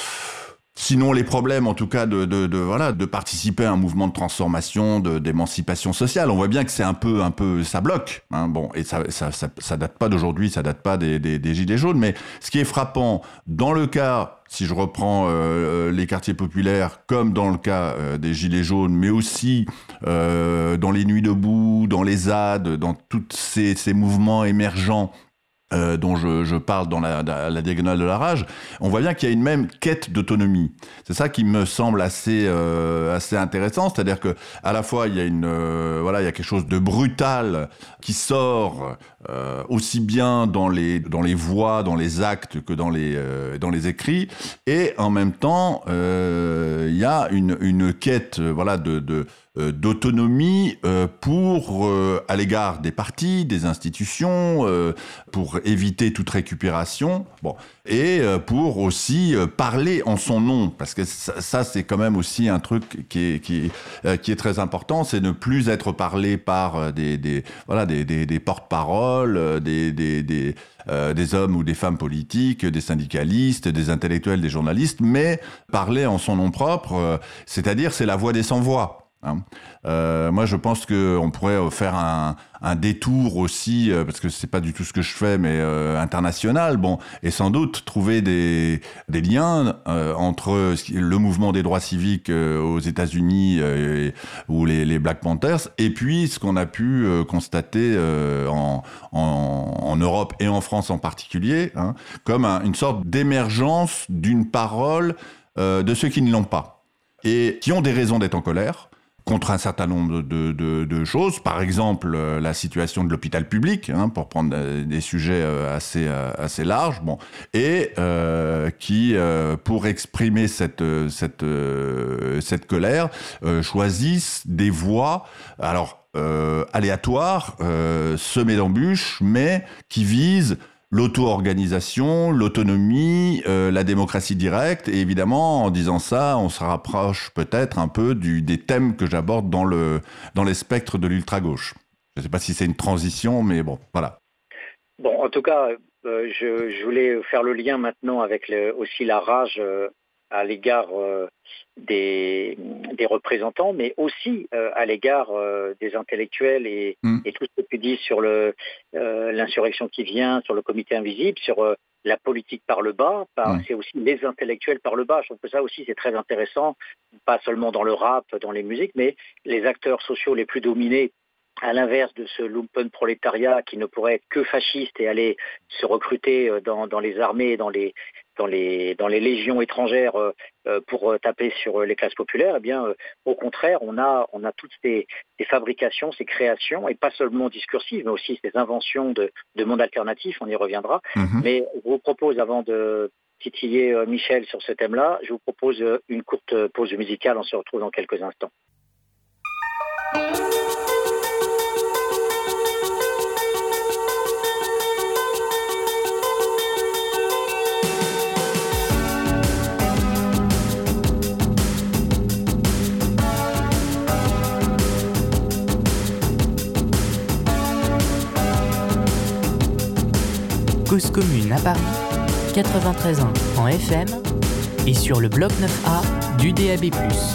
Sinon, les problèmes, en tout cas, de, de, de, voilà, de participer à un mouvement de transformation, de, d'émancipation sociale. On voit bien que c'est un peu, un peu, ça bloque. Hein, bon, et ça, ça, ça, ça date pas d'aujourd'hui, ça date pas des, des, des Gilets jaunes. Mais ce qui est frappant, dans le cas, si je reprends euh, les quartiers populaires, comme dans le cas euh, des Gilets jaunes, mais aussi euh, dans les Nuits debout, dans les Z A D, dans tous ces, ces mouvements émergents, Euh, dont je, je parle dans la, la, la diagonale de la rage, on voit bien qu'il y a une même quête d'autonomie. C'est ça qui me semble assez euh, assez intéressant, c'est-à-dire que à la fois il y a une euh, voilà il y a quelque chose de brutal qui sort euh, aussi bien dans les dans les voix, dans les actes que dans les euh, dans les écrits, et en même temps euh, il y a une une quête euh, voilà de de d'autonomie euh, pour euh, à l'égard des partis, des institutions, euh, pour éviter toute récupération, bon, et euh, pour aussi euh, parler en son nom, parce que ça, ça c'est quand même aussi un truc qui est qui est, euh, qui est très important, c'est ne plus être parlé par des des voilà des des, des porte-paroles, des des des Euh, des hommes ou des femmes politiques, des syndicalistes, des intellectuels, des journalistes, mais parler en son nom propre, euh, c'est-à-dire c'est la voix des sans-voix. Hein. Euh, moi, je pense qu'on pourrait faire un, un détour aussi, euh, parce que c'est pas du tout ce que je fais, mais euh, international, bon, et sans doute trouver des, des liens euh, entre le mouvement des droits civiques euh, aux États-Unis euh, ou les, les Black Panthers, et puis ce qu'on a pu euh, constater euh, en, en, en Europe et en France en particulier, hein, comme un, une sorte d'émergence d'une parole euh, de ceux qui ne l'ont pas et qui ont des raisons d'être en colère contre un certain nombre de, de, de choses, par exemple euh, la situation de l'hôpital public, hein, pour prendre euh, des sujets euh, assez euh, assez larges, bon, et euh, qui, euh, pour exprimer cette cette euh, cette colère, euh, choisissent des voies, alors euh, aléatoires, euh, semées d'embûches, mais qui visent l'auto-organisation, l'autonomie, euh, la démocratie directe, et évidemment, en disant ça, on se rapproche peut-être un peu du, des thèmes que j'aborde dans, le, dans les spectres de l'ultra-gauche. Je ne sais pas si c'est une transition, mais bon, voilà. Bon, en tout cas, euh, je, je voulais faire le lien maintenant avec le, aussi la rage euh, à l'égard euh, des, des représentants, mais aussi euh, à l'égard euh, des intellectuels et, mmh. et tout ce que tu dis sur le, euh, l'insurrection qui vient, sur le comité invisible, sur euh, la politique par le bas, par, mmh. c'est aussi les intellectuels par le bas. Je trouve que ça aussi c'est très intéressant, pas seulement dans le rap, dans les musiques, mais les acteurs sociaux les plus dominés, à l'inverse de ce lumpenprolétariat qui ne pourrait être que fasciste et aller se recruter dans, dans les armées, dans les, dans les, dans les légions étrangères euh, pour taper sur les classes populaires, eh bien, euh, au contraire, on a, on a toutes ces, ces fabrications, ces créations, et pas seulement discursives, mais aussi ces inventions de, de monde alternatif, on y reviendra. Mmh. Mais je vous propose, avant de titiller euh, Michel sur ce thème-là, je vous propose euh, une courte pause musicale, on se retrouve dans quelques instants. Cause commune à Paris, quatre-vingt-treize virgule un en F M, et sur le bloc neuf A du D A B plus.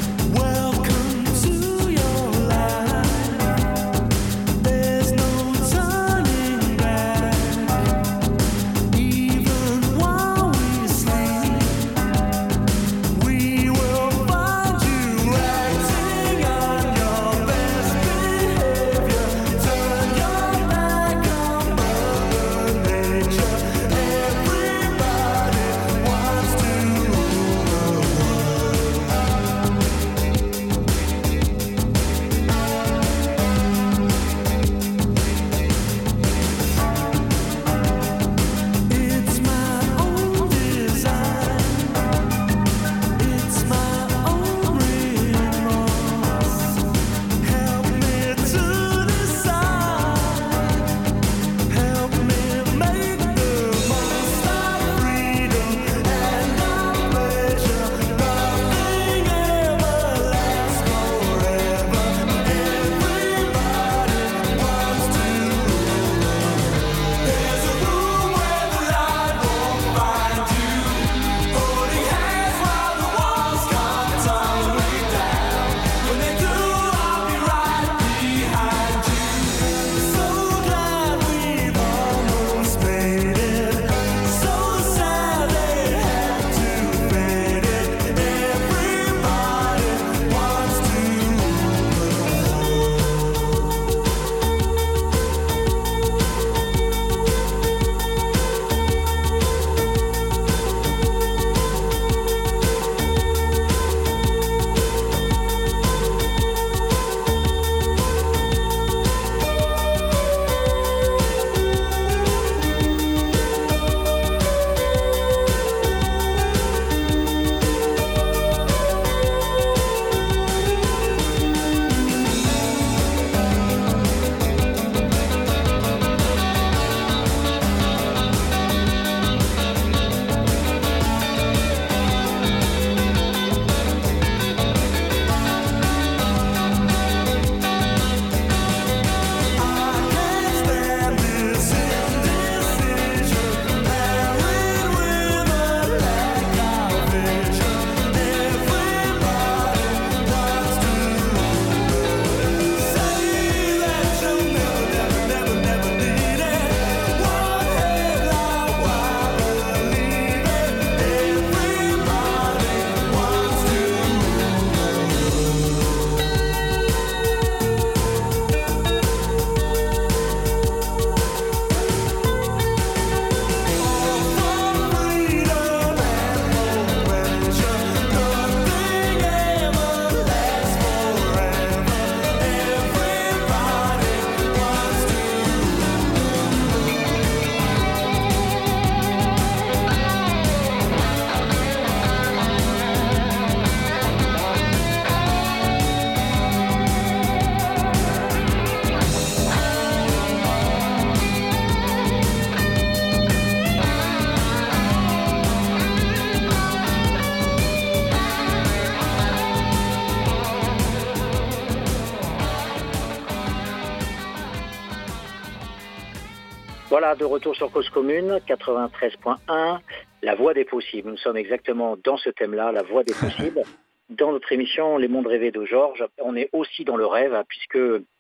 Voilà, de retour sur Cause Commune, quatre-vingt-treize point un, la voie des possibles. Nous sommes exactement dans ce thème-là, la voie des possibles. Dans notre émission Les Mondes Rêvés de Georges, on est aussi dans le rêve, hein, puisque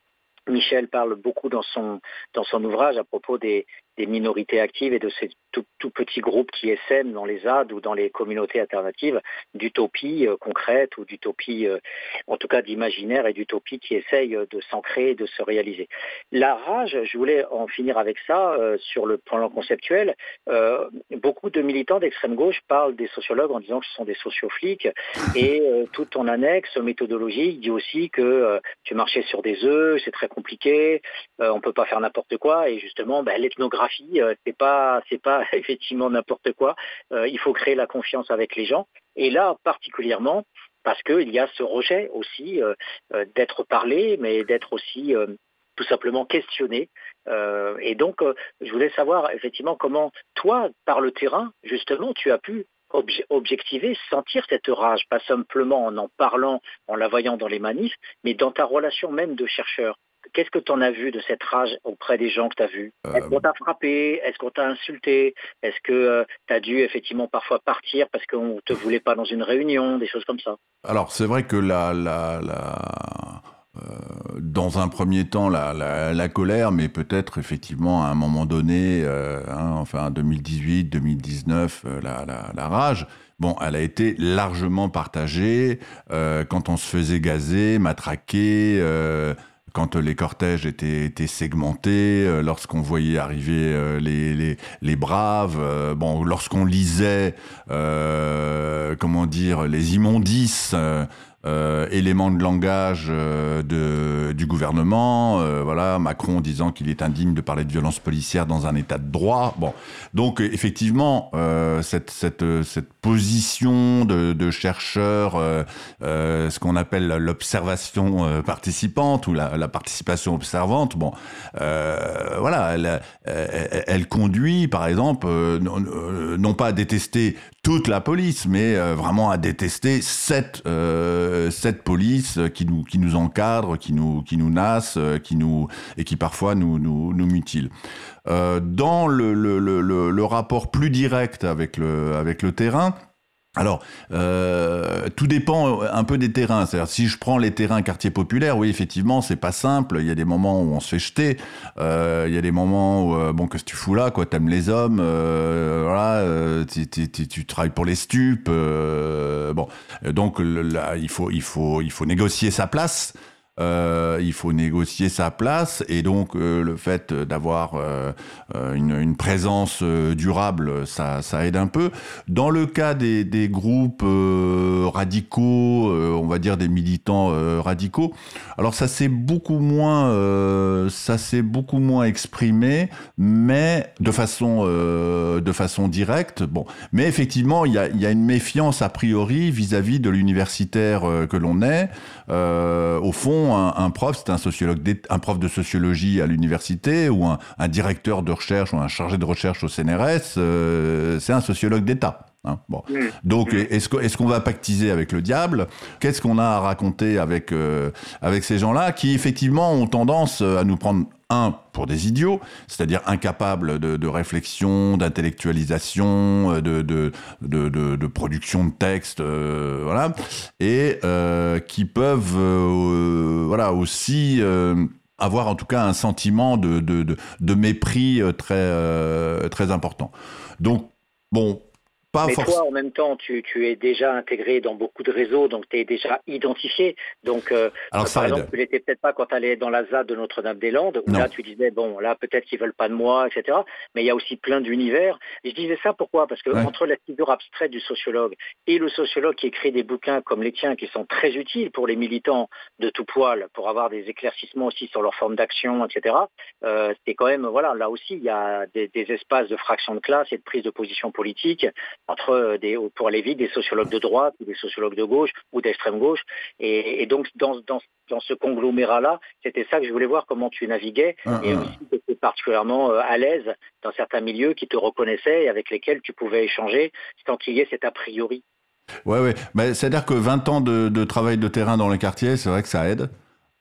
Michel parle beaucoup dans son, dans son ouvrage à propos des, des minorités actives et de ces tout, tout petits groupes qui essaiment dans les A D ou dans les communautés alternatives d'utopie euh, concrète ou d'utopie, euh, en tout cas d'imaginaire et d'utopie qui essayent de s'ancrer et de se réaliser. La rage, je voulais en finir avec ça euh, sur le plan conceptuel. Euh, beaucoup de militants d'extrême gauche parlent des sociologues en disant que ce sont des socioflics et euh, tout en annexe méthodologique dit aussi que euh, tu marchais sur des œufs, c'est très compliqué, euh, on peut pas faire n'importe quoi et justement ben, l'ethnographie euh, c'est pas c'est pas effectivement n'importe quoi, euh, il faut créer la confiance avec les gens et là particulièrement parce qu'il y a ce rejet aussi euh, euh, d'être parlé mais d'être aussi euh, tout simplement questionné euh, et donc euh, je voulais savoir effectivement comment toi par le terrain justement tu as pu obje- objectiver, sentir cette rage, pas simplement en en parlant, en la voyant dans les manifs, mais dans ta relation même de chercheur. Qu'est-ce que tu en as vu de cette rage auprès des gens que tu as vus? euh... Est-ce qu'on t'a frappé? Est-ce qu'on t'a insulté? Est-ce que euh, tu as dû effectivement parfois partir parce qu'on ne te voulait pas dans une réunion, des choses comme ça? Alors c'est vrai que la... la, la... Euh, dans un premier temps, la, la, la colère, mais peut-être effectivement à un moment donné, euh, hein, enfin deux mille dix-huit, deux mille dix-neuf, euh, la, la, la rage, bon, elle a été largement partagée euh, quand on se faisait gazer, matraquer, euh, quand les cortèges étaient, étaient segmentés, euh, lorsqu'on voyait arriver euh, les, les, les braves, euh, bon, lorsqu'on lisait, euh, comment dire, les immondices. Euh, Euh, éléments de langage euh, de, du gouvernement, euh, voilà, Macron disant qu'il est indigne de parler de violence policière dans un état de droit. Bon, donc effectivement, euh, cette, cette, cette position de, de chercheur, euh, euh, ce qu'on appelle l'observation euh, participante ou la, la participation observante, bon, euh, voilà, elle, elle, elle conduit, par exemple, euh, non, non pas à détester toute la police, mais euh, vraiment à détester cette euh, cette police qui nous qui nous encadre, qui nous qui nous nasse, euh, qui nous et qui parfois nous nous nous mutile. Euh, dans le, le le le rapport plus direct avec le avec le terrain. Alors, euh, tout dépend un peu des terrains. C'est-à-dire, si je prends les terrains quartiers populaires, oui, effectivement, c'est pas simple. Il y a des moments où on se fait jeter. Euh, il y a des moments où, euh, bon, qu'est-ce que tu fous là, quoi? T'aimes les hommes, euh, voilà. Euh, tu, tu, tu, tu travailles pour les stupes. Euh, bon, donc là, il faut, il faut, il faut négocier sa place. Euh, il faut négocier sa place et donc euh, le fait d'avoir euh, une, une présence euh, durable, ça, ça aide un peu. Dans le cas des, des groupes euh, radicaux, euh, on va dire des militants euh, radicaux, alors ça s'est beaucoup moins, euh, ça s'est beaucoup moins exprimé, mais de façon, euh, de façon directe. Bon, mais effectivement, il y a, il y a une méfiance a priori vis-à-vis de l'universitaire euh, que l'on est. Euh, au fond. Un, un prof, c'est un sociologue, un prof de sociologie à l'université ou un, un directeur de recherche ou un chargé de recherche au C N R S, euh, c'est un sociologue d'État. Hein, bon. Mmh. Donc, est-ce, que, est-ce qu'on va pactiser avec le diable? Qu'est-ce qu'on a à raconter avec, euh, avec ces gens-là qui, effectivement, ont tendance à nous prendre, un, pour des idiots, c'est-à-dire incapables de, de réflexion, d'intellectualisation, de, de, de, de, de production de textes, euh, voilà, et euh, qui peuvent euh, voilà, aussi... Euh, avoir en tout cas un sentiment de, de, de, de mépris très, euh, très important. Donc, bon... Pas Mais forcément. toi, en même temps, tu, tu es déjà intégré dans beaucoup de réseaux, donc tu es déjà identifié. Donc, euh, Alors, euh, par exemple, tu l'étais peut-être pas quand tu allais dans la Z A D de Notre-Dame-des-Landes, où non. Là, tu disais, bon, là, peut-être qu'ils veulent pas de moi, et cetera. Mais il y a aussi plein d'univers. Et je disais ça pourquoi? Parce que ouais. Entre la figure abstraite du sociologue et le sociologue qui écrit des bouquins comme les tiens, qui sont très utiles pour les militants de tout poil, pour avoir des éclaircissements aussi sur leur forme d'action, et cetera. Euh, c'est quand même, voilà, là aussi, il y a des, des espaces de fraction de classe et de prise de position politique entre des, pour aller vite, des sociologues de droite ou des sociologues de gauche ou d'extrême gauche. Et, et donc, dans, dans, dans ce conglomérat-là, c'était ça que je voulais voir, comment tu naviguais, ah, et ah. aussi que tu étais particulièrement à l'aise dans certains milieux qui te reconnaissaient et avec lesquels tu pouvais échanger sans qu'il y ait cet a priori. Ouais, ouais. Mais c'est-à-dire que vingt ans de, de travail de terrain dans les quartiers, c'est vrai que ça aide.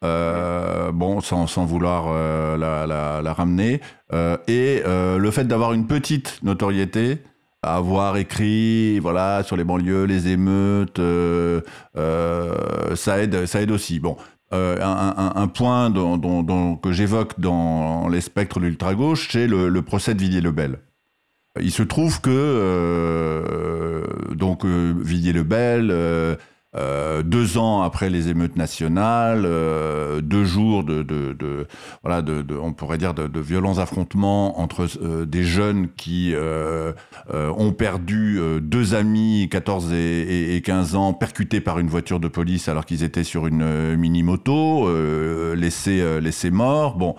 Euh, bon, sans, sans vouloir euh, la, la, la ramener. Euh, et euh, le fait d'avoir une petite notoriété, avoir écrit, voilà, sur les banlieues, les émeutes, euh, euh, ça aide, ça aide aussi. Bon, euh, un, un, un point dont, dont, dont, que j'évoque dans les spectres de l'ultra-gauche, c'est le, le procès de Villiers-le-Bel. Il se trouve que euh, donc euh, Villiers-le-Bel, euh, euh, deux ans après les émeutes nationales, euh, deux jours de, de, de voilà, de, de, on pourrait dire de, de violents affrontements entre euh, des jeunes qui euh, euh, ont perdu euh, deux amis, quatorze et, et quinze ans, percutés par une voiture de police alors qu'ils étaient sur une euh, mini-moto, euh, laissés, euh, laissés morts. Bon,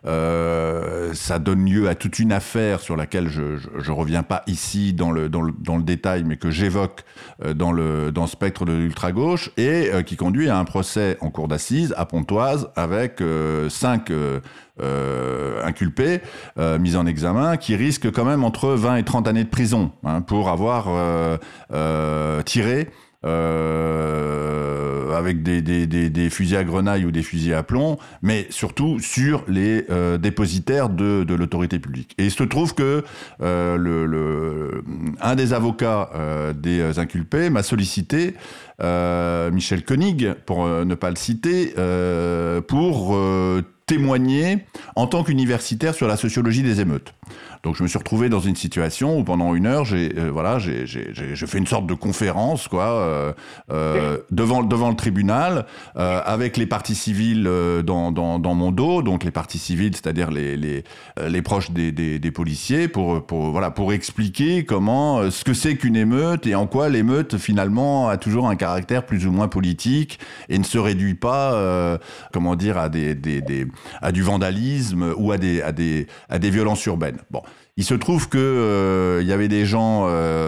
euh, ça donne lieu à toute une affaire sur laquelle je, je, je reviens pas ici dans le, dans le, dans le détail, mais que j'évoque euh, dans le, dans le spectre de l'ultra gauche et euh, qui conduit à un procès en cour d'assises à Pontoise avec euh, cinq euh, euh, inculpés euh, mis en examen qui risquent quand même entre vingt et trente années de prison hein, pour avoir euh, euh, tiré Euh, avec des, des, des, des fusils à grenaille ou des fusils à plomb, mais surtout sur les euh, dépositaires de, de l'autorité publique. Et il se trouve que euh, le, le, un des avocats euh, des inculpés m'a sollicité, euh, Michel Koenig, pour euh, ne pas le citer, euh, pour euh, témoigner en tant qu'universitaire sur la sociologie des émeutes. Donc je me suis retrouvé dans une situation où pendant une heure, j'ai euh, voilà, j'ai, j'ai, j'ai, j'ai fait une sorte de conférence quoi euh, euh, devant devant le tribunal euh, avec les parties civiles euh, dans, dans dans mon dos, donc les parties civiles, c'est-à-dire les les les proches des des, des policiers pour pour voilà pour expliquer comment euh, ce que c'est qu'une émeute et en quoi l'émeute finalement a toujours un caractère plus ou moins politique et ne se réduit pas euh, comment dire à des des des à du vandalisme ou à des à des à des violences urbaines. Bon. Il se trouve que euh, il y avait des gens,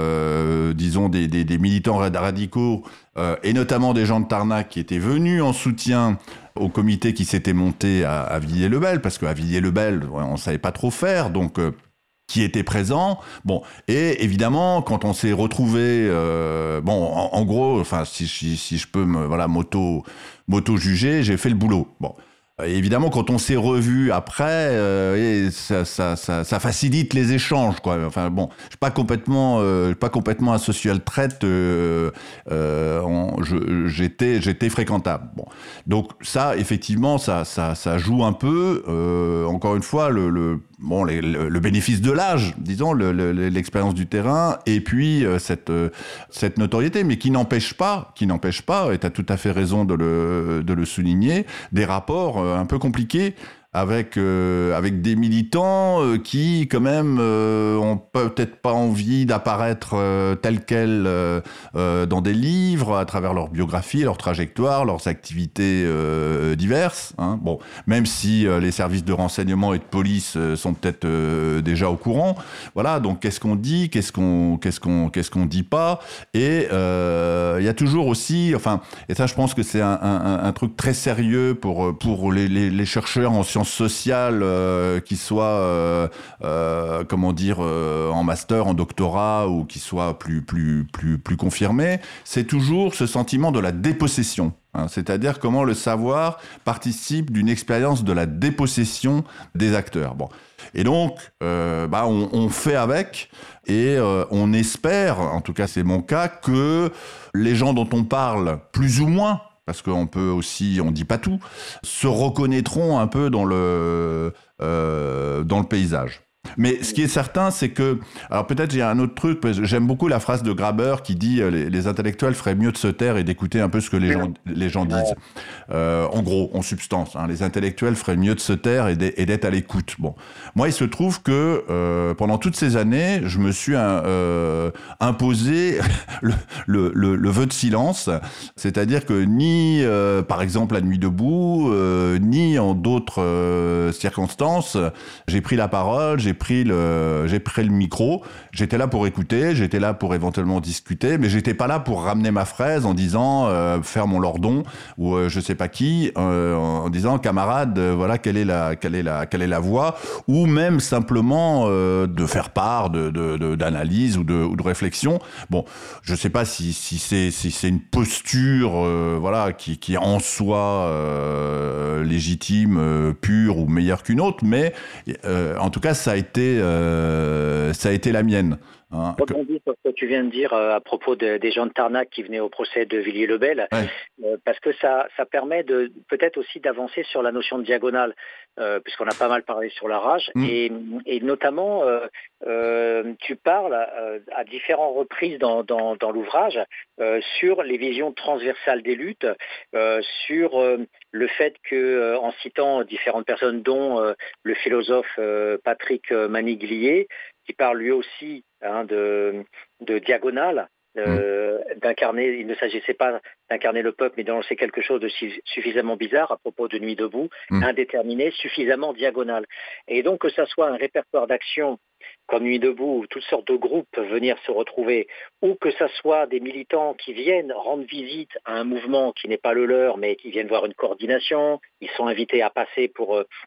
euh, disons des, des, des militants radicaux, euh, et notamment des gens de Tarnac qui étaient venus en soutien au comité qui s'était monté à, à Villiers-le-Bel, parce qu'à Villiers-le-Bel, on savait pas trop faire, donc euh, qui étaient présents. Bon, et évidemment, quand on s'est retrouvé, euh, bon, en, en gros, enfin, si, si, si je peux me, voilà, moto, moto juger, j'ai fait le boulot. Bon. Et évidemment, quand on s'est revu après, euh, ça, ça, ça, ça facilite les échanges, quoi. Enfin bon, je suis pas complètement, euh, pas complètement un social threat. Euh, euh, on, je, j'étais, j'étais fréquentable. Bon, donc ça, effectivement, ça, ça, ça joue un peu. Euh, encore une fois, le, le bon, les, le, le bénéfice de l'âge, disons, le, le, l'expérience du terrain, et puis euh, cette, euh, cette notoriété, mais qui n'empêche pas, qui n'empêche pas, et tu as tout à fait raison de le, de le souligner, des rapports euh, un peu compliqués avec euh, avec des militants euh, qui quand même euh, ont peut-être pas envie d'apparaître euh, tels quels euh, euh, dans des livres à travers leur biographie, leur trajectoire, leurs activités euh, diverses. Hein. Bon, même si euh, les services de renseignement et de police euh, sont peut-être euh, déjà au courant. Voilà. Donc qu'est-ce qu'on dit, qu'est-ce qu'on qu'est-ce qu'on qu'est-ce qu'on dit pas. Et il euh, y a toujours aussi, enfin, et ça je pense que c'est un, un, un truc très sérieux pour pour les les, les chercheurs en sciences sociales euh, qui soient euh, euh, comment dire euh, en master, en doctorat ou qui soient plus plus plus plus confirmés, c'est toujours ce sentiment de la dépossession, hein, c'est-à-dire comment le savoir participe d'une expérience de la dépossession des acteurs. Bon. Et donc, euh, bah, on, on fait avec et euh, on espère, en tout cas c'est mon cas, que les gens dont on parle plus ou moins, parce qu'on peut aussi, on dit pas tout, se reconnaîtront un peu dans le, euh, dans le paysage. Mais ce qui est certain, c'est que, alors peut-être il y a un autre truc, parce que j'aime beaucoup la phrase de Graber qui dit euh, les, les intellectuels feraient mieux de se taire et d'écouter un peu ce que les gens, les gens disent. Euh, en gros, en substance, hein, les intellectuels feraient mieux de se taire et d'être à l'écoute. Bon, moi, il se trouve que euh, pendant toutes ces années, je me suis euh, imposé le, le, le, le vœu de silence, c'est-à-dire que ni, euh, par exemple, la Nuit debout, euh, ni en d'autres euh, circonstances, j'ai pris la parole, j'ai pris le, j'ai pris le micro, j'étais là pour écouter, j'étais là pour éventuellement discuter, mais j'étais pas là pour ramener ma fraise en disant euh, faire mon lordon ou euh, je sais pas qui, euh, en disant camarade, euh, voilà quelle est la, quelle est la, quelle est la voie, ou même simplement euh, de faire part de, de, de d'analyse ou de, ou de réflexion. Bon, je sais pas si, si c'est, si c'est une posture, euh, voilà, qui, qui en soi euh, légitime, euh, pure ou meilleure qu'une autre, mais euh, en tout cas ça a été, euh, ça a été la mienne. Hein, je rebondis sur ce que tu viens de dire euh, à propos de, des gens de Tarnac qui venaient au procès de Villiers-le-Bel, ouais. euh, parce que ça, ça permet de peut-être aussi d'avancer sur la notion de diagonale, euh, puisqu'on a pas mal parlé sur la rage, mmh. et, et notamment euh, euh, tu parles euh, à différentes reprises dans, dans, dans l'ouvrage euh, sur les visions transversales des luttes, euh, sur euh, le fait que, euh, en citant différentes personnes, dont euh, le philosophe euh, Patrick Maniglier, qui parle lui aussi hein, de, de diagonale, euh, mmh. d'incarner, il ne s'agissait pas d'incarner le peuple, mais d'annoncer quelque chose de suffisamment bizarre à propos de Nuit debout, mmh. indéterminé, suffisamment diagonal. Et donc que ça soit un répertoire d'actions comme Nuit debout, où toutes sortes de groupes peuvent venir se retrouver, ou que ça soit des militants qui viennent rendre visite à un mouvement qui n'est pas le leur, mais qui viennent voir une coordination, ils sont invités à passer pour... Euh,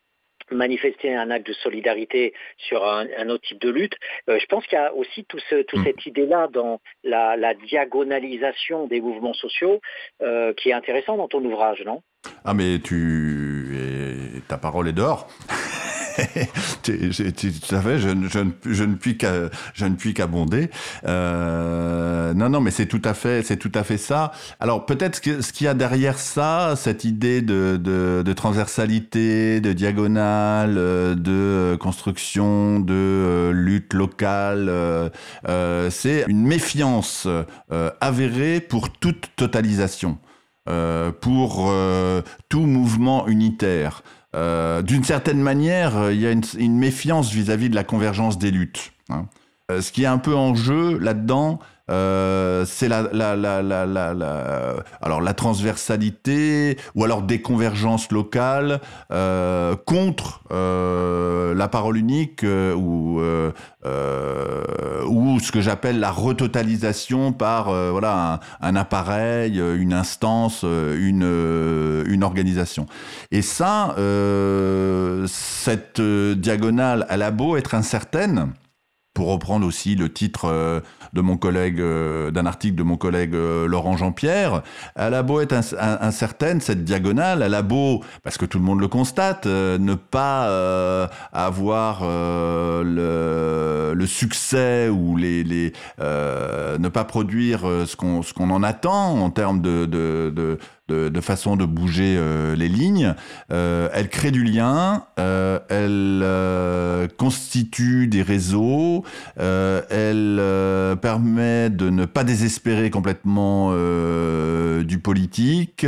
manifester un acte de solidarité sur un, un autre type de lutte. Euh, je pense qu'il y a aussi tout ce, toute mmh. cette idée-là dans la, la diagonalisation des mouvements sociaux euh, qui est intéressant dans ton ouvrage, non ? Ah mais tu es... ta parole est d'or. tu, tu, tu, tout à fait, je, je, je ne puis qu'à, je ne puis qu'abonder. Euh, non, non, mais c'est tout à fait, c'est tout à fait ça. Alors peut-être que ce qu'il y a derrière ça, cette idée de, de, de transversalité, de diagonale, de construction, de lutte locale, euh, c'est une méfiance euh, avérée pour toute totalisation, euh, pour euh, tout mouvement unitaire. Euh, d'une certaine manière, euh, il y a une, une méfiance vis-à-vis de la convergence des luttes. Hein. Euh, ce qui est un peu en jeu là-dedans, euh, c'est la, la, la, la, la, la, alors la transversalité ou alors des convergences locales euh, contre euh, la parole unique euh, ou, euh, euh, ou ce que j'appelle la retotalisation par euh, voilà, un, un appareil, une instance, une, une organisation. Et ça, euh, cette diagonale, elle a beau être incertaine, pour reprendre aussi le titre euh, de mon collègue, euh, d'un article de mon collègue euh, Laurent Jean-Pierre, elle a beau être incertaine, cette diagonale, elle a beau, parce que tout le monde le constate, euh, ne pas euh, avoir euh, le, le succès ou les, les euh, ne pas produire ce qu'on, ce qu'on en attend en termes de, de, de De, de façon de bouger euh, les lignes, euh, elle crée du lien, euh, elle euh, constitue des réseaux, euh, elle euh, permet de ne pas désespérer complètement euh, du politique,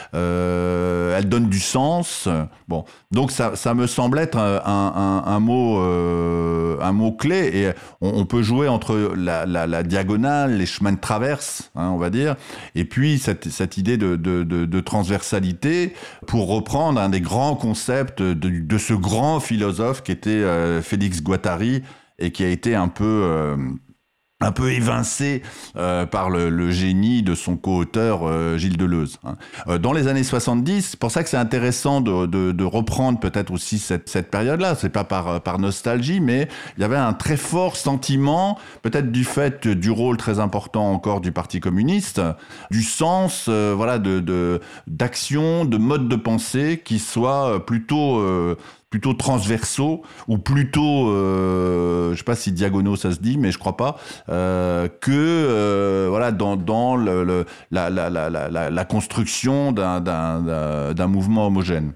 euh, elle donne du sens. Bon, donc ça, ça me semble être un, un, un mot, euh, un mot clé, et on, on peut jouer entre la, la, la diagonale, les chemins de traverse, hein, on va dire, et puis cette, cette idée de, de De, de transversalité, pour reprendre un des grands concepts de, de ce grand philosophe qui était euh, Félix Guattari et qui a été un peu euh, un peu évincé euh, par le, le génie de son co-auteur euh, Gilles Deleuze. Hein. Euh, dans les années soixante-dix, c'est pour ça que c'est intéressant de, de, de reprendre peut-être aussi cette, cette période-là. C'est pas par, par nostalgie, mais il y avait un très fort sentiment, peut-être du fait du rôle très important encore du Parti communiste, du sens, euh, voilà, de, de, d'action, de mode de pensée qui soit plutôt euh, plutôt transversaux ou plutôt, euh, je sais pas si diagonaux ça se dit, mais je crois pas, euh, que euh, voilà dans dans le, le, la, la, la, la, la construction d'un, d'un, d'un mouvement homogène.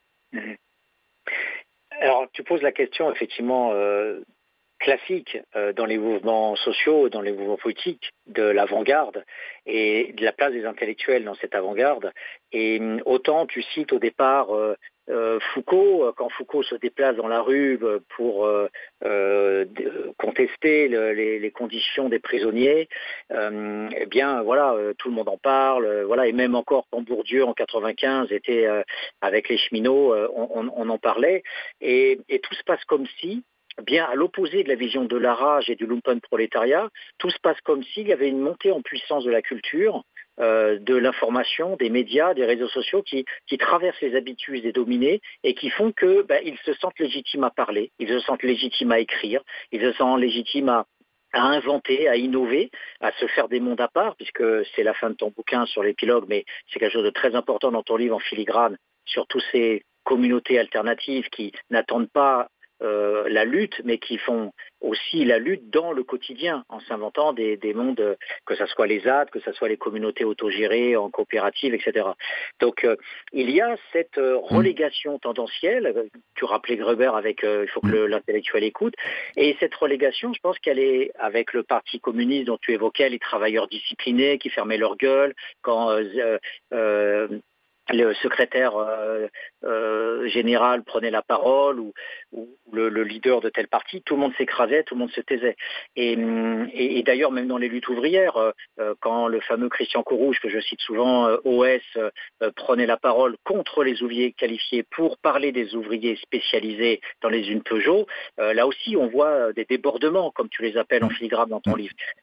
Alors tu poses la question effectivement euh, classique euh, dans les mouvements sociaux, dans les mouvements politiques, de l'avant-garde et de la place des intellectuels dans cette avant-garde. Et autant tu cites au départ euh, Euh, Foucault, quand Foucault se déplace dans la rue pour euh, euh, contester le, les, les conditions des prisonniers, euh, eh bien voilà, euh, tout le monde en parle, euh, voilà, et même encore quand Bourdieu en quatre-vingt-quinze était euh, avec les cheminots, euh, on, on, on en parlait, et, et tout se passe comme si, bien à l'opposé de la vision de la rage et du lumpenprolétariat, tout se passe comme s'il y avait une montée en puissance de la culture, Euh, de l'information, des médias, des réseaux sociaux qui, qui traversent les habitudes des dominés et qui font que ben, ils se sentent légitimes à parler, ils se sentent légitimes à écrire, ils se sentent légitimes à, à inventer, à innover, à se faire des mondes à part, puisque c'est la fin de ton bouquin sur l'épilogue, mais c'est quelque chose de très important dans ton livre en filigrane sur toutes ces communautés alternatives qui n'attendent pas Euh, la lutte, mais qui font aussi la lutte dans le quotidien, en s'inventant des, des mondes, que ce soit les A D, que ce soit les communautés autogérées, en coopérative, et cetera. Donc, euh, il y a cette euh, relégation tendancielle, tu rappelais Gruber avec euh, il faut que le, l'intellectuel écoute, et cette relégation, je pense qu'elle est, avec le Parti communiste dont tu évoquais, les travailleurs disciplinés qui fermaient leur gueule, quand euh, euh, le secrétaire euh, euh, général prenait la parole ou, ou le, le leader de tel parti, tout le monde s'écrasait, tout le monde se taisait. Et, et, et d'ailleurs, même dans les luttes ouvrières, euh, quand le fameux Christian Courrouge, que je cite souvent, euh, O S, euh, prenait la parole contre les ouvriers qualifiés pour parler des ouvriers spécialisés dans les unes Peugeot, euh, là aussi, on voit des débordements, comme tu les appelles en filigrane dans ton livre.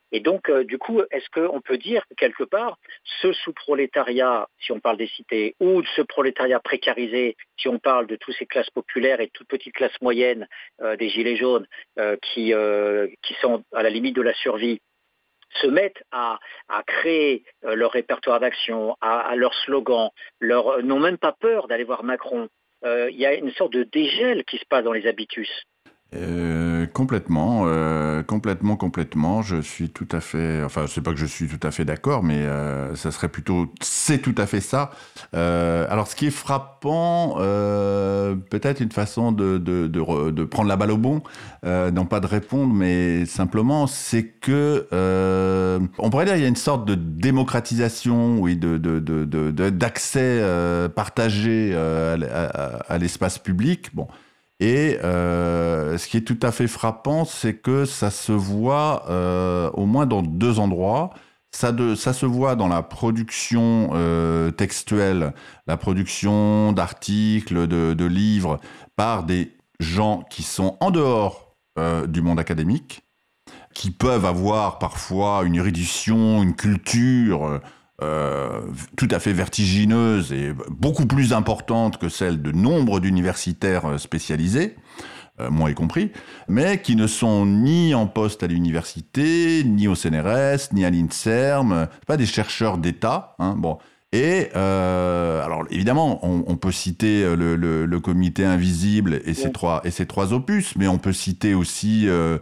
Et donc, euh, du coup, est-ce qu'on peut dire que quelque part, ce sous-prolétariat, si on parle des cités, ou de ce prolétariat précarisé, si on parle de toutes ces classes populaires et toutes petites classes moyennes, euh, des gilets jaunes, euh, qui, euh, qui sont à la limite de la survie, se mettent à, à créer euh, leur répertoire d'action, à, à leur slogan, leur, n'ont même pas peur d'aller voir Macron. Il euh, y a une sorte de dégel qui se passe dans les habitus. Euh, complètement, euh, complètement, complètement. Je suis tout à fait, enfin, c'est pas que je suis tout à fait d'accord, mais euh, ça serait plutôt, c'est tout à fait ça. Euh, alors, ce qui est frappant, euh, peut-être une façon de, de, de, de prendre la balle au bon, euh, non pas de répondre, mais simplement, c'est que, euh, on pourrait dire, il y a une sorte de démocratisation, oui, de, de, de, de, de d'accès euh, partagé euh, à, à, à l'espace public. Bon. Et euh, ce qui est tout à fait frappant, c'est que ça se voit euh, au moins dans deux endroits. Ça, de, ça se voit dans la production euh, textuelle, la production d'articles, de, de livres par des gens qui sont en dehors euh, du monde académique, qui peuvent avoir parfois une érudition, une culture Euh, tout à fait vertigineuse et beaucoup plus importante que celle de nombre d'universitaires spécialisés, euh, moi y compris, mais qui ne sont ni en poste à l'université, ni au C N R S, ni à l'INSERM, pas des chercheurs d'État, hein, bon. Et euh, alors évidemment, on, on peut citer le, le, le Comité Invisible et ses oui. trois et ses trois opus, mais on peut citer aussi euh,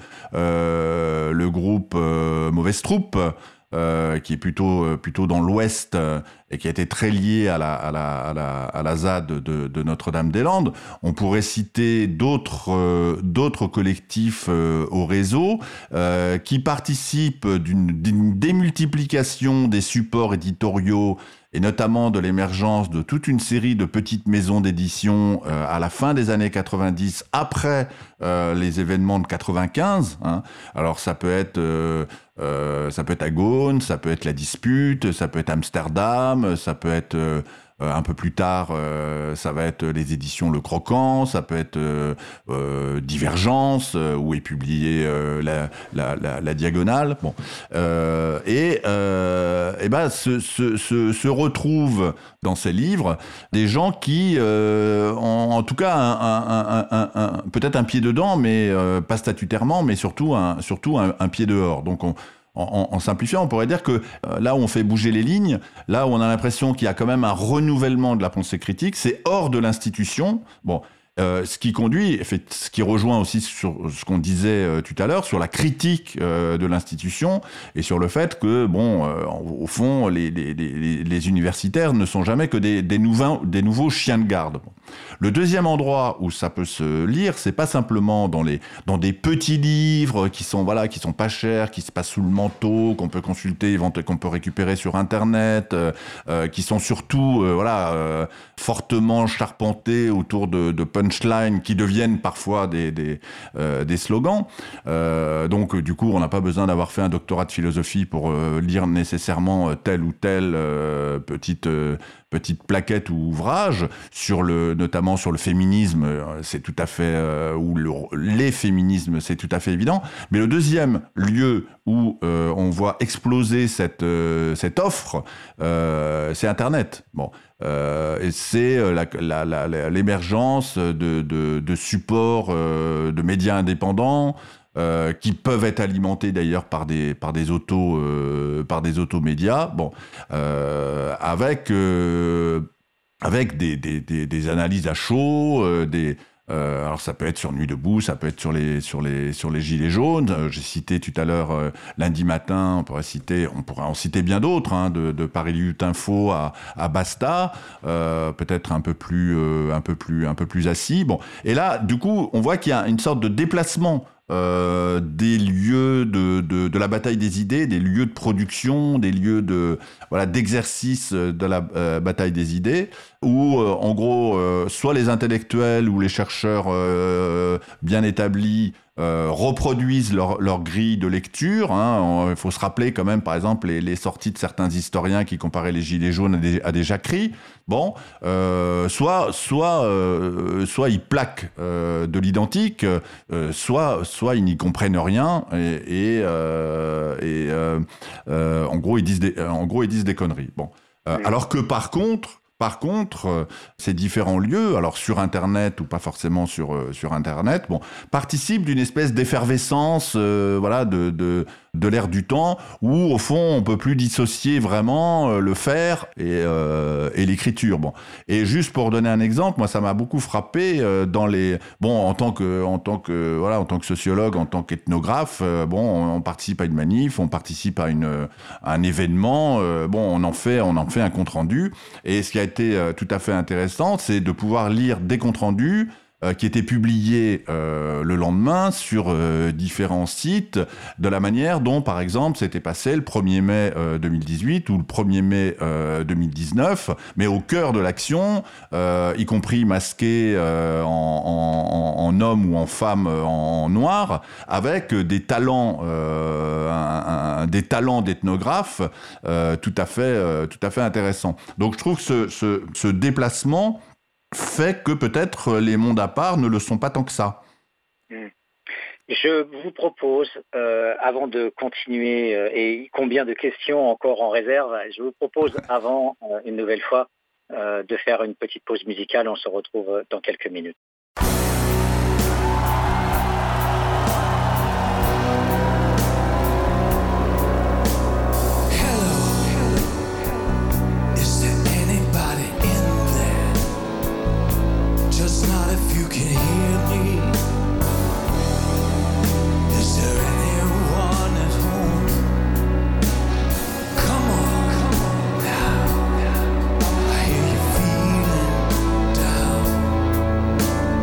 euh, le groupe euh, Mauvaise Troupe. Euh, qui est plutôt euh, plutôt dans l'Ouest euh, et qui a été très lié à la à la à la à la Z A D de, de Notre-Dame-des-Landes. On pourrait citer d'autres euh, d'autres collectifs euh, au réseau euh, qui participent d'une, d'une démultiplication des supports éditoriaux et notamment de l'émergence de toute une série de petites maisons d'édition euh, à la fin des années quatre-vingt-dix, après euh, les événements de quatre-vingt-quinze. Hein. Alors ça peut être euh, euh, ça peut être Agone, ça peut être La Dispute, ça peut être Amsterdam, ça peut être euh, un peu plus tard, euh, ça va être les éditions Le Croquant, ça peut être euh, euh, Divergence, euh, où est publiée euh, la, la, la, la Diagonale. Bon, euh, et, euh, et ben se, se, se, se retrouvent dans ces livres des gens qui, euh, ont en tout cas, un, un, un, un, un, peut-être un pied dedans, mais euh, pas statutairement, mais surtout un, surtout un, un pied dehors. Donc on En, en simplifiant, on pourrait dire que euh, là où on fait bouger les lignes, là où on a l'impression qu'il y a quand même un renouvellement de la pensée critique, c'est hors de l'institution. Bon, euh, ce qui conduit, ce qui rejoint aussi sur ce qu'on disait euh, tout à l'heure, sur la critique euh, de l'institution et sur le fait que, bon, euh, au fond, les, les, les, les universitaires ne sont jamais que des, des, nouveaux, des nouveaux chiens de garde. Bon. Le deuxième endroit où ça peut se lire, c'est pas simplement dans les dans des petits livres qui sont voilà qui sont pas chers, qui se passent sous le manteau, qu'on peut consulter, qu'on peut récupérer sur internet, euh, euh, qui sont surtout euh, voilà euh, fortement charpentés autour de, de punchlines qui deviennent parfois des des, euh, des slogans. Euh, donc du coup, on n'a pas besoin d'avoir fait un doctorat de philosophie pour euh, lire nécessairement telle ou telle euh, petite euh, petite plaquette ou ouvrage sur le, notamment sur le féminisme, c'est tout à fait, euh, ou le, les féminismes, c'est tout à fait évident. Mais le deuxième lieu où euh, on voit exploser cette, euh, cette offre, euh, c'est Internet. Bon. Euh, et c'est la, la, la, l'émergence de, de, de supports, euh, de médias indépendants, Euh, qui peuvent être alimentés d'ailleurs par des par des autos euh, par des automédias, bon, euh, avec euh, avec des, des des des analyses à chaud, euh, des euh, alors ça peut être sur Nuit debout, ça peut être sur les sur les sur les gilets jaunes. Euh, j'ai cité tout à l'heure euh, Lundi matin, on pourrait citer on pourrait en citer bien d'autres, hein, de, de Paris Lutte Info à à Basta, euh, peut-être un peu plus euh, un peu plus un peu plus assis. Bon, et là du coup on voit qu'il y a une sorte de déplacement Euh, des lieux de, de, de la bataille des idées, des lieux de production, des lieux de voilà d'exercice de la euh, bataille des idées, où euh, en gros euh, soit les intellectuels ou les chercheurs euh, bien établis euh, reproduisent leur, leur grille de lecture. Hein. Il faut se rappeler quand même, par exemple, les, les sorties de certains historiens qui comparaient les Gilets jaunes à des, à des jacqueries. Bon, euh, soit, soit, euh, soit ils plaquent euh, de l'identique, euh, soit, soit ils n'y comprennent rien et, et, euh, et euh, euh, en gros ils disent des, en gros ils disent des conneries. Bon, euh, alors que par contre. Par contre, euh, ces différents lieux, alors sur Internet ou pas forcément sur euh, sur Internet, bon, participent d'une espèce d'effervescence, euh, voilà, de de de l'ère du temps, où au fond on peut plus dissocier vraiment euh, le faire et euh, et l'écriture. Bon, et juste pour donner un exemple, moi ça m'a beaucoup frappé euh, dans les bon en tant que en tant que voilà en tant que sociologue, en tant qu'ethnographe, euh, bon on, on participe à une manif, on participe à une à un événement, euh, bon on en fait on en fait un compte rendu, et ce qui a été euh, tout à fait intéressant, c'est de pouvoir lire des comptes rendus euh, qui étaient publiés euh, le lendemain sur euh, différents sites, de la manière dont, par exemple, c'était passé le premier mai euh, deux mille dix-huit ou le premier mai euh, deux mille dix-neuf, mais au cœur de l'action, euh, y compris masqué euh, en, en, en homme ou en femme en, en noir, avec des talents, euh, un, un, des talents d'ethnographe euh, tout à fait, euh, tout à fait intéressants. Donc, je trouve que ce, ce, ce déplacement fait que peut-être les mondes à part ne le sont pas tant que ça. Je vous propose, euh, avant de continuer, euh, et combien de questions encore en réserve, je vous propose, avant, euh, une nouvelle fois, euh, de faire une petite pause musicale. On se retrouve dans quelques minutes. Down.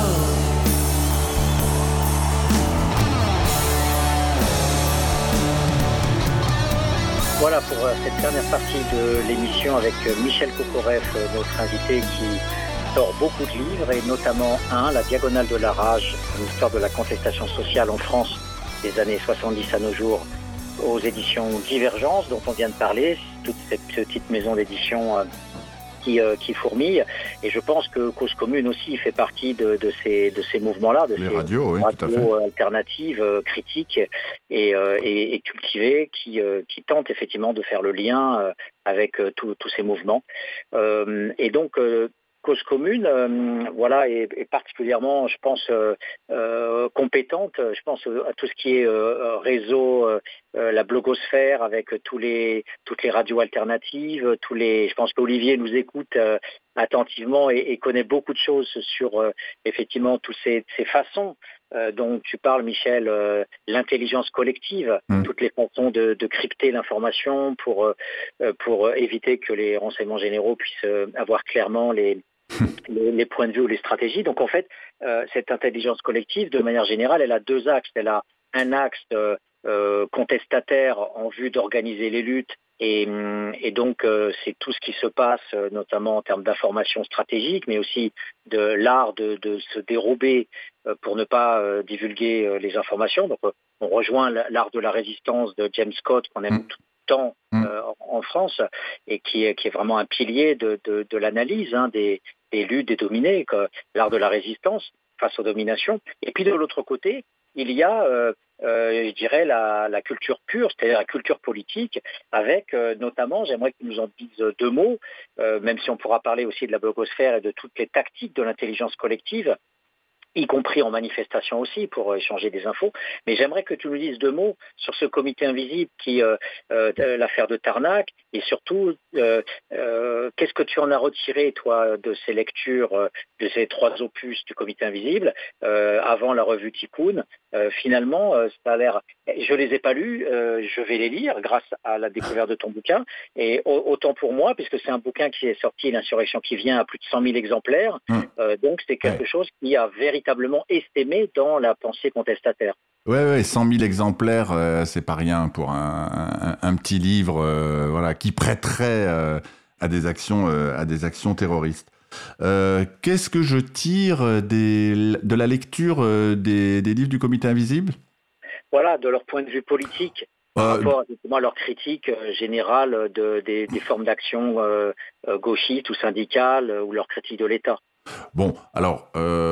Voilà pour cette dernière partie de l'émission avec Michel Kokoreff, notre invité qui sort beaucoup de livres et notamment un, La Diagonale de la Rage, une histoire de la contestation sociale en France des années soixante-dix à nos jours, aux éditions Divergence dont on vient de parler, toute cette petite maison d'édition euh, qui, euh, qui fourmille. Et je pense que Cause Commune aussi fait partie de, de ces, de ces mouvements-là, de Les ces radios, oui, radios tout à fait. alternatives, euh, critiques et, euh, et, et cultivées qui, euh, qui tentent effectivement de faire le lien euh, avec euh, tous ces mouvements. Euh, et donc, euh, Cause Commune, euh, voilà, est, est particulièrement, je pense, euh, euh, compétente. Je pense à tout ce qui est euh, réseau, euh, la blogosphère, avec tous les, toutes les radios alternatives. Tous les, je pense qu'Olivier nous écoute euh, attentivement et, et connaît beaucoup de choses sur euh, effectivement toutes ces, ces façons euh, dont tu parles, Michel, euh, l'intelligence collective, mmh. toutes les façons de, de crypter l'information pour euh, pour éviter que les renseignements généraux puissent euh, avoir clairement les Les, les points de vue ou les stratégies. Donc en fait, euh, cette intelligence collective, de manière générale, elle a deux axes. Elle a un axe euh, euh, contestataire en vue d'organiser les luttes et, et donc euh, c'est tout ce qui se passe, euh, notamment en termes d'information stratégique, mais aussi de l'art de, de se dérober euh, pour ne pas euh, divulguer euh, les informations. Donc euh, on rejoint l'art de la résistance de James Scott qu'on aime mmh. tout le temps euh, en, en France et qui est, qui est vraiment un pilier de, de, de l'analyse hein, des des luttes, des dominés, l'art de la résistance face aux dominations. Et puis de l'autre côté, il y a, euh, euh, je dirais, la, la culture pure, c'est-à-dire la culture politique, avec euh, notamment, j'aimerais que tu nous en dises deux mots, euh, même si on pourra parler aussi de la blogosphère et de toutes les tactiques de l'intelligence collective, y compris en manifestation aussi, pour échanger des infos. Mais j'aimerais que tu nous dises deux mots sur ce comité invisible qui, euh, euh, l'affaire de Tarnac, et surtout, euh, euh, qu'est-ce que tu en as retiré, toi, de ces lectures, euh, de ces trois opus du comité invisible, euh, avant la revue Tikkun. Euh, finalement, euh, ça a l'air... Je les ai pas lus, euh, je vais les lire grâce à la découverte de ton bouquin. Et autant pour moi, puisque c'est un bouquin qui est sorti, L'insurrection qui vient, à plus de cent mille exemplaires. Mmh. Euh, donc, c'est quelque ouais. chose qui a véritablement essaimé dans la pensée contestataire. Oui, ouais, cent mille exemplaires, euh, c'est pas rien pour un, un, un petit livre euh, voilà, qui prêterait euh, à, des actions, euh, à des actions terroristes. Euh, qu'est-ce que je tire des, de la lecture euh, des, des livres du Comité Invisible ? Voilà, de leur point de vue politique, par euh, rapport à leur critique euh, générale de, des, des formes d'action euh, gauchistes ou syndicales euh, ou leur critique de l'État. Bon, alors,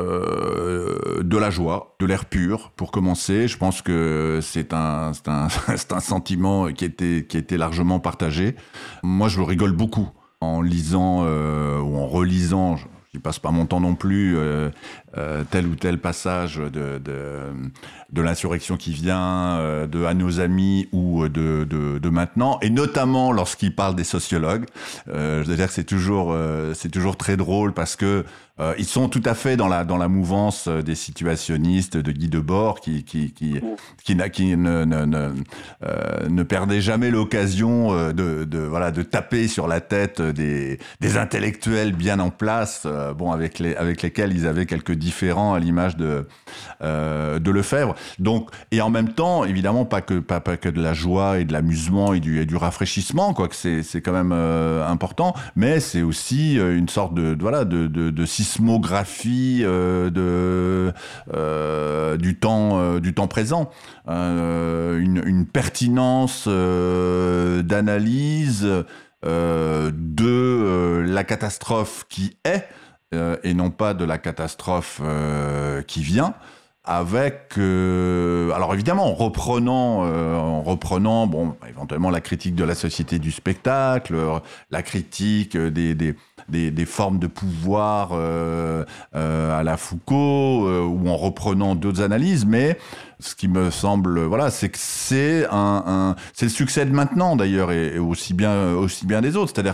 euh, de la joie, de l'air pur, pour commencer. Je pense que c'est un, c'est un, c'est un sentiment qui était, qui était largement partagé. Moi, je rigole beaucoup en lisant euh, ou en relisant, je n'y passe pas mon temps non plus, euh, euh, tel ou tel passage de, de, de l'insurrection qui vient, euh, de À nos amis ou de, de, de maintenant, et notamment lorsqu'il parle des sociologues. Euh, je veux dire que c'est toujours, euh, c'est toujours très drôle parce que euh, ils sont tout à fait dans la, dans la mouvance des situationnistes de Guy Debord qui, qui, qui, qui, qui, qui ne, ne, ne, euh, ne perdait jamais l'occasion de, de, voilà, de taper sur la tête des, des intellectuels bien en place, euh, bon, avec, les, avec lesquels ils avaient quelques différends à l'image de, euh, de Lefebvre. Donc, et en même temps, évidemment, pas que, pas, pas que de la joie et de l'amusement et du, et du rafraîchissement, quoique c'est, c'est quand même euh, important, mais c'est aussi une sorte de, de, voilà, de, de, de sismographie euh, de, euh, du, temps, euh, du temps présent, euh, une, une pertinence euh, d'analyse euh, de euh, la catastrophe qui est, euh, et non pas de la catastrophe euh, qui vient. Avec, euh, alors évidemment, en reprenant, euh, en reprenant, bon, éventuellement la critique de la société du spectacle, la critique des des des, des formes de pouvoir euh, euh, à la Foucault, euh, ou en reprenant d'autres analyses, mais ce qui me semble, voilà, c'est que c'est un, un c'est le succès de maintenant d'ailleurs, et, et aussi bien aussi bien des autres, c'est-à-dire que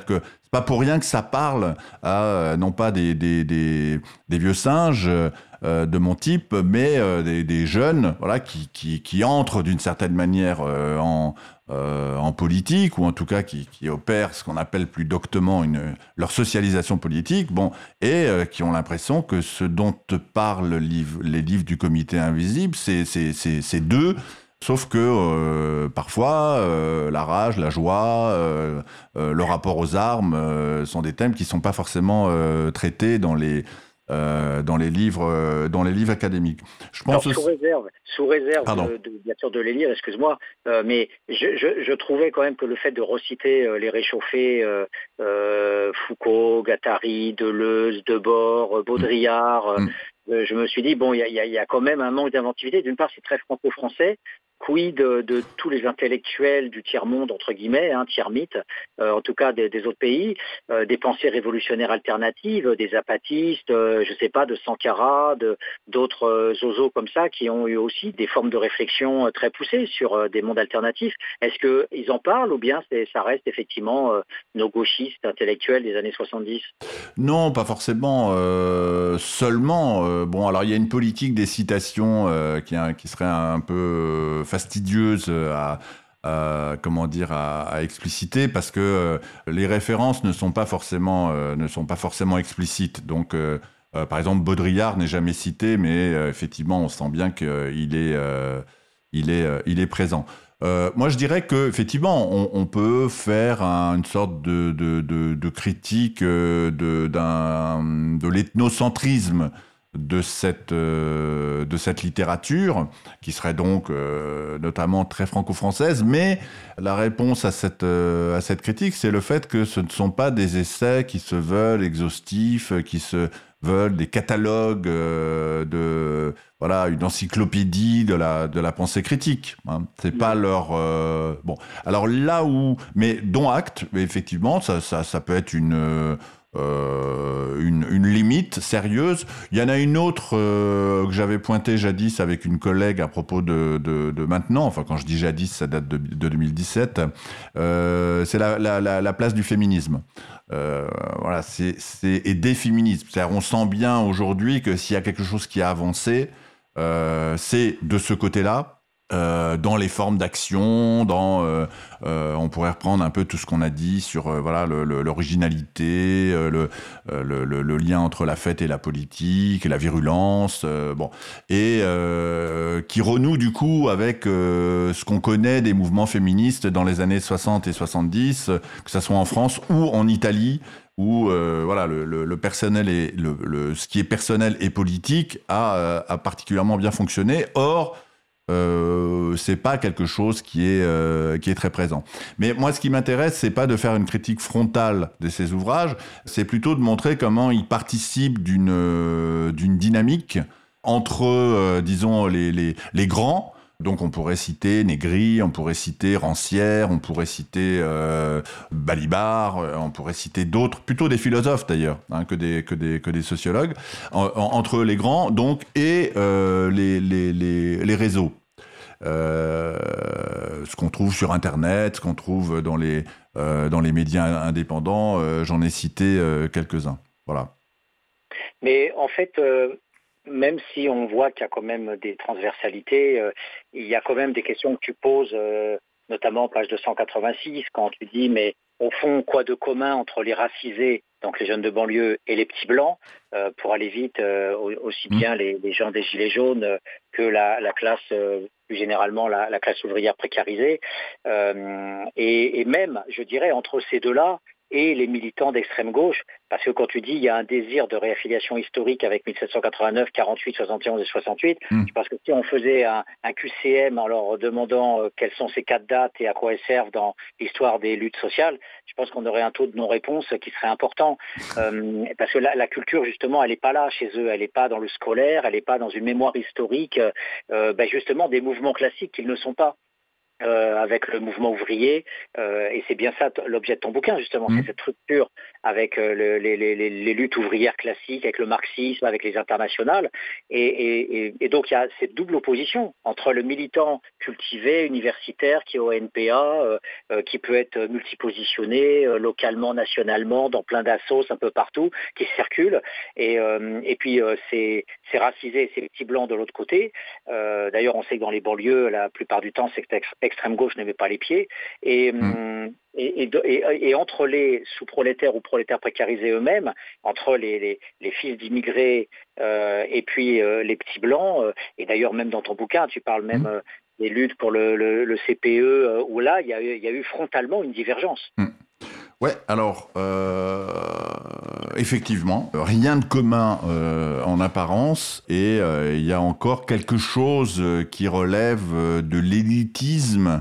C'est pas pour rien que ça parle à non pas des, des, des, des vieux singes euh, de mon type, mais euh, des, des jeunes, voilà, qui, qui, qui entrent d'une certaine manière euh, en, euh, en politique, ou en tout cas qui, qui opèrent ce qu'on appelle plus doctement une, leur socialisation politique, bon, et euh, qui ont l'impression que ce dont te parlent les livres, les livres du Comité Invisible, c'est, c'est, c'est, c'est d'eux. Sauf que euh, parfois, euh, la rage, la joie, euh, euh, le rapport aux armes euh, sont des thèmes qui ne sont pas forcément euh, traités dans les, euh, dans, les livres, euh, dans les livres académiques. Je pense Alors, sous aussi... réserve, sous réserve de, de, bien sûr de les lire, excuse-moi, euh, mais je, je, je trouvais quand même que le fait de reciter euh, les réchauffés, euh, euh, Foucault, Guattari, Deleuze, Debord, Baudrillard, mmh. euh, je me suis dit, bon, il y a, y a quand même un manque d'inventivité. D'une part, c'est très franco-français. Quid de, de tous les intellectuels du tiers-monde, entre guillemets, hein, tiers-mythe, euh, en tout cas des, des autres pays, euh, des pensées révolutionnaires alternatives, des apatistes, euh, je ne sais pas, de Sankara, de, d'autres euh, zozos comme ça, qui ont eu aussi des formes de réflexion euh, très poussées sur euh, des mondes alternatifs. Est-ce qu'ils en parlent ou bien c'est, ça reste effectivement euh, nos gauchistes intellectuels des années soixante-dix ? Non, pas forcément. Euh, seulement, euh, bon, alors il y a une politique des citations euh, qui, qui serait un peu... Euh, fastidieuse à, à comment dire à, à expliciter parce que euh, les références ne sont pas forcément euh, ne sont pas forcément explicites. Donc euh, euh, par exemple Baudrillard n'est jamais cité, mais euh, effectivement on sent bien qu'il est euh, il est euh, il est présent. Euh, moi, je dirais que effectivement, on, on peut faire un, une sorte de, de, de, de critique euh, de, d'un, de l'ethnocentrisme de cette, euh, de cette littérature, qui serait donc euh, notamment très franco-française, mais la réponse à cette, euh, à cette critique, c'est le fait que ce ne sont pas des essais qui se veulent exhaustifs, qui se veulent des catalogues euh, de... Voilà, une encyclopédie de la, de la pensée critique. Hein. C'est pas leur... Euh, bon, alors là où... Mais dont acte, effectivement, ça, ça, ça peut être une... Euh, une, une limite sérieuse. Il y en a une autre euh, que j'avais pointée jadis avec une collègue à propos de, de, de maintenant, enfin quand je dis jadis, ça date de, de deux mille dix-sept, euh, c'est la, la, la, la place du féminisme. Euh, voilà, c'est, c'est, et des féminismes. C'est-à-dire, on sent bien aujourd'hui que s'il y a quelque chose qui a avancé, euh, c'est de ce côté-là. Euh, dans les formes d'action, dans, euh, euh, on pourrait reprendre un peu tout ce qu'on a dit sur euh, voilà le, le, l'originalité, euh, le, euh, le, le, le lien entre la fête et la politique, et la virulence, euh, bon, et euh, qui renoue du coup avec euh, ce qu'on connaît des mouvements féministes dans les années soixante et soixante-dix, que ça soit en France ou en Italie, où euh, voilà le, le, le personnel et le, le, ce qui est personnel et politique a, a particulièrement bien fonctionné. Or Euh, c'est pas quelque chose qui est euh, qui est très présent. Mais moi, ce qui m'intéresse, c'est pas de faire une critique frontale de ces ouvrages, c'est plutôt de montrer comment ils participent d'une euh, d'une dynamique entre, euh, disons, les les les grands. Donc on pourrait citer Négri, on pourrait citer Rancière, on pourrait citer euh, Balibar, on pourrait citer d'autres, plutôt des philosophes d'ailleurs, hein, que des que des que des sociologues, en, en, entre les grands donc et euh, les, les les les réseaux. Euh, ce qu'on trouve sur Internet, ce qu'on trouve dans les euh, dans les médias indépendants, euh, j'en ai cité euh, quelques-uns. Voilà. Mais en fait. Euh... Même si on voit qu'il y a quand même des transversalités, euh, il y a quand même des questions que tu poses, euh, notamment page deux cent quatre-vingt-six, quand tu dis, mais au fond, quoi de commun entre les racisés, donc les jeunes de banlieue, et les petits blancs, euh, pour aller vite, euh, aussi bien les, les gens des gilets jaunes euh, que la, la classe, euh, plus généralement la, la classe ouvrière précarisée. Euh, et, et même, je dirais, entre ces deux-là, et les militants d'extrême gauche, parce que quand tu dis il y a un désir de réaffiliation historique avec mille sept cent quatre-vingt-neuf, quarante-huit, soixante et onze et soixante-huit, mmh. je pense que si on faisait un, un Q C M en leur demandant euh, quelles sont ces quatre dates et à quoi elles servent dans l'histoire des luttes sociales, je pense qu'on aurait un taux de non-réponse qui serait important. Euh, parce que la, la culture, justement, elle n'est pas là chez eux, elle n'est pas dans le scolaire, elle n'est pas dans une mémoire historique, euh, ben justement, des mouvements classiques qu'ils ne sont pas. Euh, avec le mouvement ouvrier, euh, et c'est bien ça t- l'objet de ton bouquin justement, Mmh. c'est cette rupture avec euh, le- les, les- les- les luttes ouvrières classiques, avec le marxisme, avec les internationales, et, et- et- et donc il y a cette double opposition entre le militant cultivé, universitaire, qui est au N P A, euh, euh, qui peut être multipositionné euh, localement, nationalement, dans plein d'assos un peu partout, qui circulent, et, euh, et puis euh, ces, ces racisés, ces petits blancs de l'autre côté. Euh, d'ailleurs, on sait que dans les banlieues, la plupart du temps, c'est que l'ex- extrême gauche ne met pas les pieds. Et, Mmh. hum, et, et, et- et entre les sous-prolétaires ou prolétaires précarisés eux-mêmes, entre les, les, les fils d'immigrés euh, et puis euh, les petits blancs, euh, et d'ailleurs même dans ton bouquin, tu parles même Mmh. euh, des luttes pour le, le, le C P E, euh, où là, il y, a, eu- il y a eu frontalement une divergence. Mmh. Ouais, alors, euh, effectivement, rien de commun euh, en apparence, et euh, il y a encore quelque chose euh, qui relève euh, de l'élitisme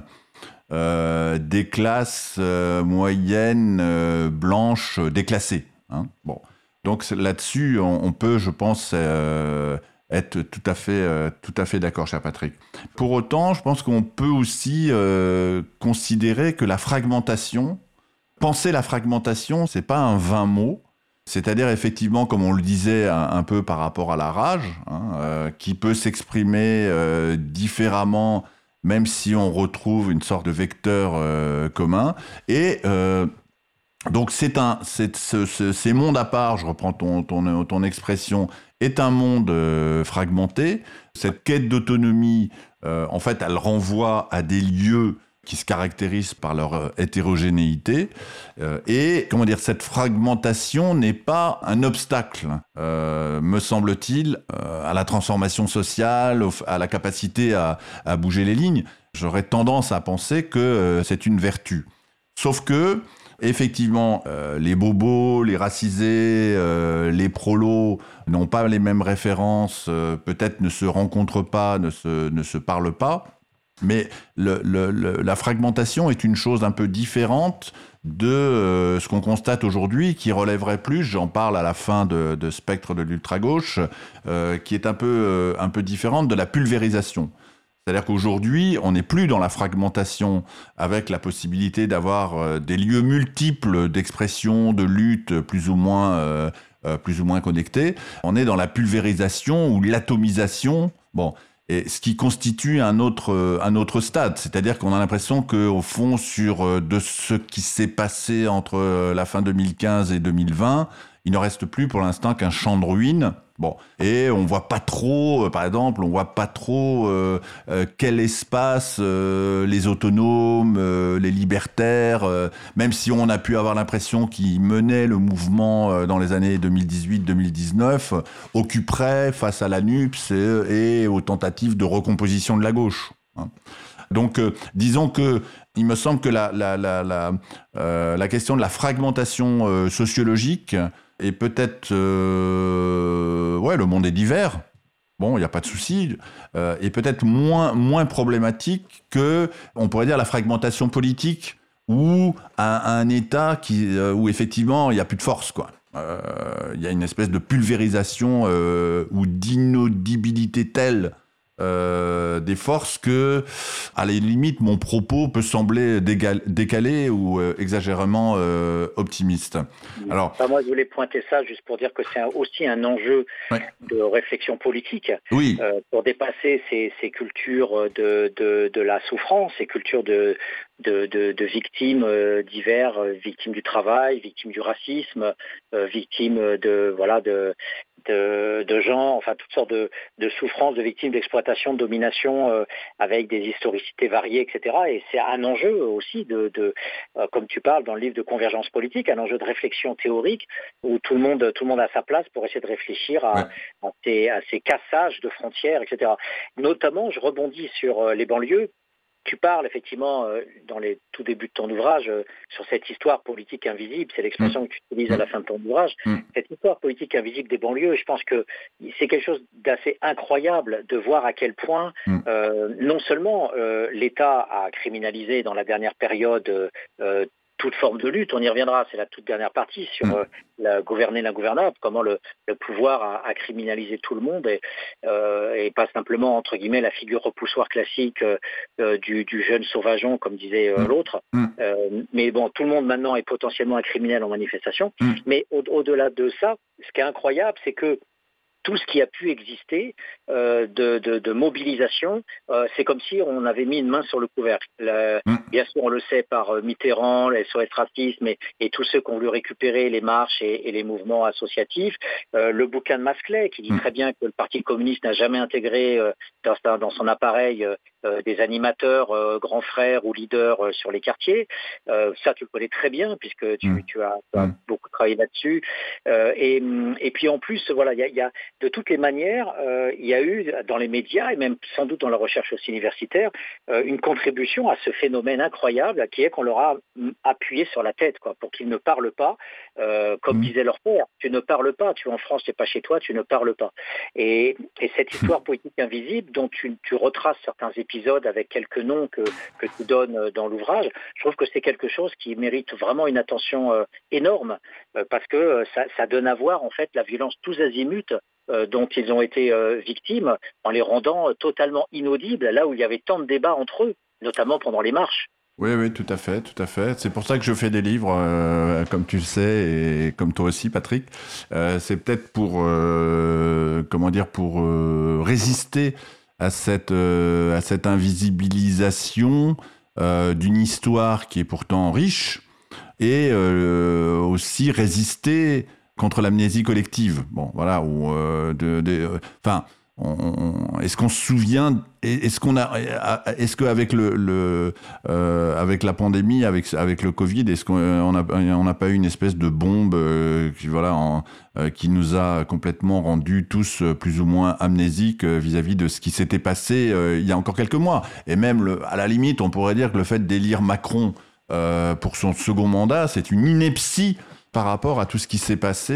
euh, des classes euh, moyennes, euh, blanches, euh, déclassées. Hein. Bon. Donc c'est- là-dessus, on, on peut, je pense, euh, être tout à fait, euh, tout à fait d'accord, cher Patrick. Pour autant, je pense qu'on peut aussi euh, considérer que la fragmentation, penser la fragmentation, c'est pas un vain mot. C'est-à-dire, effectivement, comme on le disait un, un peu par rapport à la rage, hein, euh, qui peut s'exprimer euh, différemment, même si on retrouve une sorte de vecteur euh, commun. Et euh, donc, c'est un, c'est, ce, ce, ces mondes à part, je reprends ton, ton, ton expression, est un monde euh, fragmenté. Cette quête d'autonomie, euh, en fait, elle renvoie à des lieux qui se caractérisent par leur euh, hétérogénéité. Euh, et, comment dire, cette fragmentation n'est pas un obstacle, euh, me semble-t-il, euh, à la transformation sociale, au, à la capacité à, à bouger les lignes. J'aurais tendance à penser que euh, c'est une vertu. Sauf que, effectivement, euh, les bobos, les racisés, euh, les prolos n'ont pas les mêmes références, euh, peut-être ne se rencontrent pas, ne se, ne se parlent pas. Mais le, le, le, la fragmentation est une chose un peu différente de euh, ce qu'on constate aujourd'hui, qui relèverait plus, j'en parle à la fin de, de Spectre de l'ultra-gauche, euh, qui est un peu, euh, un peu différente de la pulvérisation. C'est-à-dire qu'aujourd'hui, on n'est plus dans la fragmentation avec la possibilité d'avoir euh, des lieux multiples d'expression, de lutte plus ou moins, euh, euh, plus ou moins connectés. On est dans la pulvérisation ou l'atomisation. Bon. Et ce qui constitue un autre, un autre stade. C'est-à-dire qu'on a l'impression qu'au fond, sur de ce qui s'est passé entre la fin deux mille quinze et deux mille vingt, il ne reste plus pour l'instant qu'un champ de ruines. Bon, et on voit pas trop, euh, par exemple, on voit pas trop euh, euh, quel espace euh, les autonomes, euh, les libertaires, euh, même si on a pu avoir l'impression qu'ils menaient le mouvement euh, dans les années deux mille dix-huit deux mille dix-neuf, euh, occuperaient face à la N U P S et, et aux tentatives de recomposition de la gauche. Hein. Donc, euh, disons que il me semble que la, la, la, la, euh, la question de la fragmentation euh, sociologique et peut-être, euh, ouais, le monde est divers. Bon, il n'y a pas de souci. Euh, et peut-être moins, moins problématique que, on pourrait dire, la fragmentation politique ou un, un État qui, euh, où effectivement, il n'y a plus de force, quoi. Euh, il y a une espèce de pulvérisation euh, ou d'inaudibilité telle Euh, des forces que, à la limite, mon propos peut sembler dégal- décalé ou euh, exagérément euh, optimiste. Alors, Enfin, moi, je voulais pointer ça juste pour dire que c'est un, aussi un enjeu ouais. de réflexion politique, Oui. euh, pour dépasser ces, ces cultures de, de, de la souffrance, ces cultures de, de, de, de victimes euh, divers, euh, victimes du travail, victimes du racisme, euh, victimes de voilà de De, de gens, enfin toutes sortes de, de souffrances, de victimes d'exploitation, de domination, euh, avec des historicités variées, et cetera. Et c'est un enjeu aussi de, de euh, comme tu parles dans le livre de Convergence politique, un enjeu de réflexion théorique où tout le monde, tout le monde a sa place pour essayer de réfléchir à, Ouais. à, ces, à ces cassages de frontières, et cetera. Notamment, je rebondis sur euh, les banlieues. Tu parles effectivement euh, dans les tout débuts de ton ouvrage euh, sur cette histoire politique invisible, c'est l'expression Mmh. que tu utilises à la fin de ton ouvrage, Mmh. cette histoire politique invisible des banlieues. Je pense que c'est quelque chose d'assez incroyable de voir à quel point Mmh. euh, non seulement euh, l'État a criminalisé dans la dernière période euh, toute forme de lutte. On y reviendra, c'est la toute dernière partie sur euh, la gouverner l'ingouvernable, comment le, le pouvoir a, a criminalisé tout le monde et, euh, et pas simplement, entre guillemets, la figure repoussoir classique euh, du, du jeune sauvageon, comme disait euh, l'autre. Mm. Euh, mais bon, tout le monde maintenant est potentiellement un criminel en manifestation. Mm. Mais au, au-delà de ça, ce qui est incroyable, c'est que tout ce qui a pu exister euh, de, de, de mobilisation, euh, c'est comme si on avait mis une main sur le couvercle. La, mmh. Bien sûr, on le sait par euh, Mitterrand, les S O S Racisme et, et tous ceux qui ont voulu récupérer les marches et, et les mouvements associatifs. Euh, le bouquin de Masclet qui dit mmh. très bien que le Parti communiste n'a jamais intégré euh, dans, sa, dans son appareil euh, euh, des animateurs, euh, grands frères ou leaders euh, sur les quartiers. Euh, ça, tu le connais très bien puisque tu, mmh. tu, as, tu as mmh. beaucoup travaillé là-dessus. Euh, et, et puis en plus, voilà, il y a, y a de toutes les manières, euh, il y a eu dans les médias et même sans doute dans la recherche aussi universitaire euh, une contribution à ce phénomène incroyable qui est qu'on leur a appuyé sur la tête, quoi, pour qu'ils ne parlent pas, euh, comme mmh. disait leur père. Tu ne parles pas, tu es en France, tu n'es pas chez toi, tu ne parles pas. Et, et cette histoire politique invisible dont tu, tu retraces certains épisodes avec quelques noms que, que tu donnes dans l'ouvrage, je trouve que c'est quelque chose qui mérite vraiment une attention euh, énorme euh, parce que euh, ça, ça donne à voir en fait la violence tous azimuts Euh, dont ils ont été euh, victimes en les rendant euh, totalement inaudibles là où il y avait tant de débats entre eux, notamment pendant les marches. Oui, oui, tout à fait, tout à fait. C'est pour ça que je fais des livres, euh, comme tu le sais, et comme toi aussi, Patrick. Euh, c'est peut-être pour, euh, comment dire, pour euh, résister à cette, euh, à cette invisibilisation euh, d'une histoire qui est pourtant riche, et euh, aussi résister contre l'amnésie collective. Bon, voilà, ou euh, de, de, enfin, on, est-ce qu'on se souvient, est-ce qu'on a, est-ce qu'avec le, le euh, avec la pandémie, avec avec le Covid, est-ce qu'on a, on n'a pas eu une espèce de bombe, euh, qui, voilà, en, euh, qui nous a complètement rendus tous plus ou moins amnésiques vis-à-vis de ce qui s'était passé euh, il y a encore quelques mois. Et même, le, à la limite, on pourrait dire que le fait d'élire Macron euh, pour son second mandat, c'est une ineptie par rapport à tout ce qui s'est passé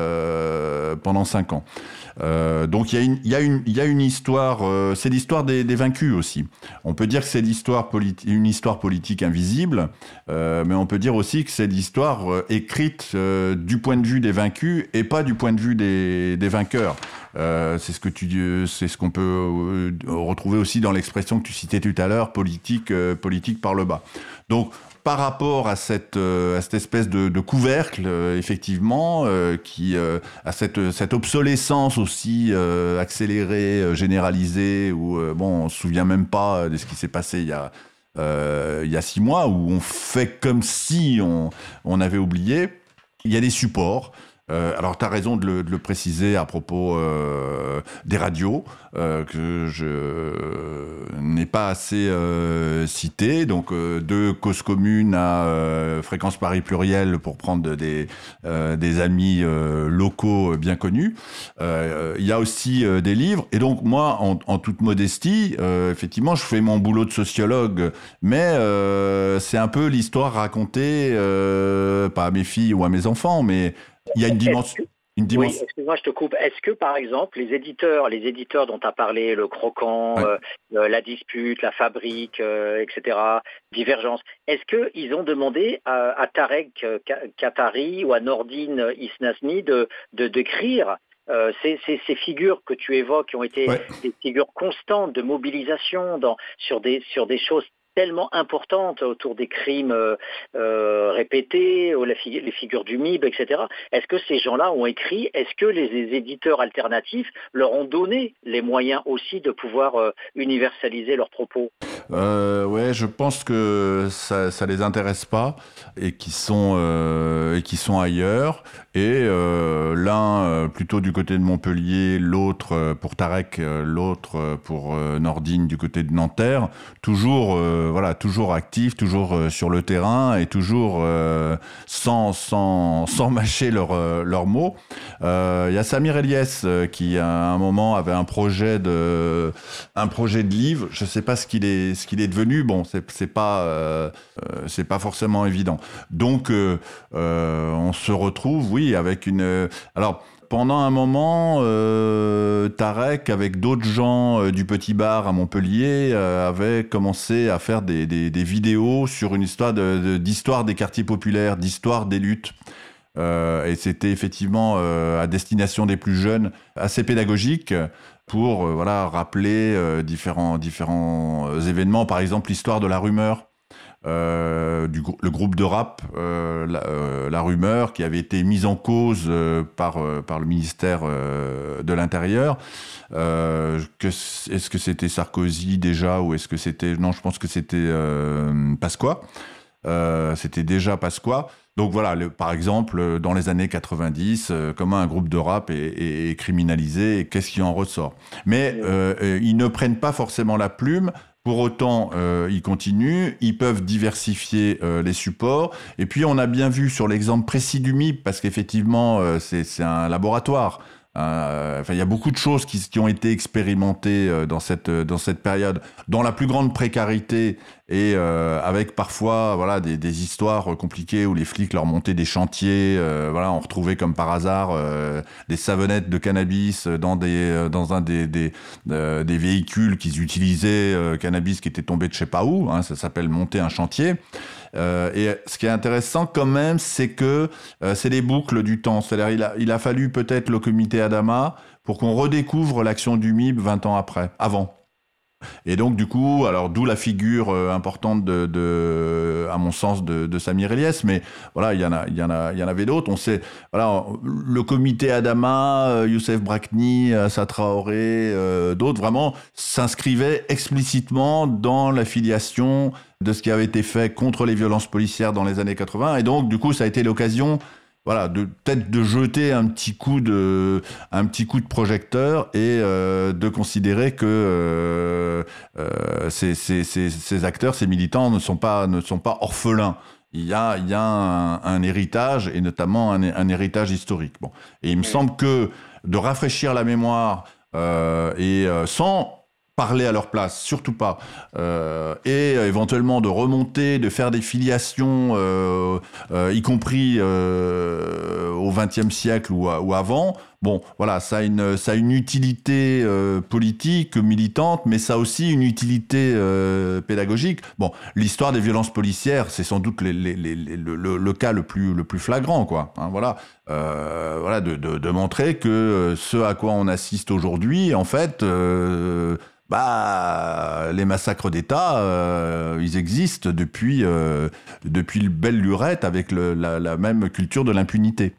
euh, pendant cinq ans. Euh, donc il y a une, il y a une, il y a une histoire, euh, c'est l'histoire des, des vaincus aussi. On peut dire que c'est l'histoire politi- une histoire politique invisible, euh, mais on peut dire aussi que c'est l'histoire euh, écrite euh, du point de vue des vaincus et pas du point de vue des, des vainqueurs. Euh, c'est ce que tu, c'est ce qu'on peut euh, retrouver aussi dans l'expression que tu citais tout à l'heure, politique, euh, politique par le bas. Donc par rapport à cette, euh, à cette espèce de, de couvercle, euh, effectivement, euh, qui euh, à cette, cette obsolescence aussi euh, accélérée, euh, généralisée, où euh, bon, on se souvient même pas de ce qui s'est passé il y a, euh, il y a six mois, où on fait comme si on, on avait oublié. Il y a des supports. Euh, alors, tu as raison de le, de le préciser à propos euh, des radios, euh, que je n'ai pas assez euh, cité. Donc, euh, de Cause Commune à euh, Fréquence Paris Pluriel, pour prendre des, euh, des amis euh, locaux bien connus. Euh, il y a aussi euh, des livres. Et donc, moi, en, en toute modestie, euh, effectivement, je fais mon boulot de sociologue, mais euh, c'est un peu l'histoire racontée, euh, pas à mes filles ou à mes enfants, mais il y a une dimension. Une dimension... Oui, excuse-moi, je te coupe. Est-ce que, par exemple, les éditeurs, les éditeurs dont tu as parlé, le Croquant, ouais. euh, la Dispute, la Fabrique, euh, et cetera, Divergence, est-ce qu'ils ont demandé à, à Tarek Katari ou à Nordine Isnasni de, de, d'écrire Euh, ces, ces, ces figures que tu évoques, qui ont été ouais. des figures constantes de mobilisation dans, sur, des, sur des choses tellement importantes autour des crimes euh, euh, répétés, les, fig- les figures du M I B, et cetera. Est-ce que ces gens-là ont écrit? Est-ce que les, les éditeurs alternatifs leur ont donné les moyens aussi de pouvoir euh, universaliser leurs propos? Euh, ouais, je pense que ça, ça les intéresse pas et qui sont euh, et qui sont ailleurs. Et euh, l'un euh, plutôt du côté de Montpellier, l'autre euh, pour Tarek, euh, l'autre euh, pour euh, Nordine du côté de Nanterre. Toujours, euh, voilà, toujours actifs, toujours euh, sur le terrain et toujours euh, sans sans sans mâcher leurs euh, leurs mots. Il euh, y a Samir Eliès euh, qui à un moment avait un projet de un projet de livre. Je sais pas ce qu'il est ce qu'il est devenu. Bon, c'est c'est pas euh, c'est pas forcément évident. Donc euh, euh, on se retrouve, oui, avec une. Alors pendant un moment, euh, Tarek, avec d'autres gens euh, du Petit Bar à Montpellier, euh, avait commencé à faire des, des, des vidéos sur une histoire de, de, d'histoire des quartiers populaires, d'histoire des luttes. Euh, et c'était effectivement euh, à destination des plus jeunes, assez pédagogique pour euh, voilà, rappeler euh, différents, différents événements. Par exemple, l'histoire de la rumeur. Euh, du, le groupe de rap euh, la, euh, la Rumeur, qui avait été mise en cause euh, par, euh, par le ministère euh, de l'Intérieur. Euh, que, est-ce que c'était Sarkozy déjà, ou est-ce que c'était... Non, je pense que c'était euh, Pasqua. Euh, c'était déjà Pasqua. Donc voilà, le, par exemple, dans les années quatre-vingt-dix, euh, comment un groupe de rap est, est, est criminalisé et qu'est-ce qui en ressort. Mais euh, euh, ils ne prennent pas forcément la plume. Pour autant, euh, ils continuent, ils peuvent diversifier euh, les supports. Et puis, on a bien vu sur l'exemple précis du M I B, parce qu'effectivement, euh, c'est, c'est un laboratoire. Euh, enfin, il y a beaucoup de choses qui, qui ont été expérimentées euh, dans cette dans cette période, dans la plus grande précarité et euh, avec parfois voilà des, des histoires compliquées où les flics leur montaient des chantiers. Euh, voilà, on retrouvait comme par hasard euh, des savonnettes de cannabis dans des dans un des des, euh, des véhicules qu'ils utilisaient, euh, cannabis qui était tombé de je sais pas où. Hein, ça s'appelle monter un chantier. Euh, et ce qui est intéressant quand même, c'est que euh, c'est les boucles du temps. C'est-à-dire il a, il a fallu peut-être le comité Adama pour qu'on redécouvre l'action du M I B vingt ans après, avant. Et donc du coup, alors d'où la figure euh, importante de, de, à mon sens, de, de Samir Eliès, mais voilà, il y en a, il y en a, il y en avait d'autres. On sait, voilà, le comité Adama, euh, Youssef Brakni, Assa Traoré, euh, d'autres vraiment s'inscrivaient explicitement dans l'affiliation de ce qui avait été fait contre les violences policières dans les années quatre-vingts. Et donc du coup, ça a été l'occasion. Voilà, de peut-être de jeter un petit coup de, un petit coup de projecteur et euh, de considérer que euh, euh, ces, ces, ces, ces acteurs, ces militants ne sont pas, ne sont pas orphelins. Il y a, il y a un, un héritage et notamment un, un héritage historique. Bon, et il me semble que de rafraîchir la mémoire euh, et euh, sans parler à leur place, surtout pas, euh, et éventuellement de remonter, de faire des filiations, euh, euh, y compris euh, au vingtième siècle ou, ou avant. Bon, voilà, ça a une, ça a une utilité euh, politique, militante, mais ça a aussi une utilité euh, pédagogique. Bon, l'histoire des violences policières, c'est sans doute les, les, les, les, le, le, le cas le plus, le plus flagrant, quoi. Hein, voilà, euh, voilà, de, de, de montrer que ce à quoi on assiste aujourd'hui, en fait. Euh, Bah, les massacres d'État, euh, ils existent depuis, euh, depuis le belle lurette avec le, la, la même culture de l'impunité.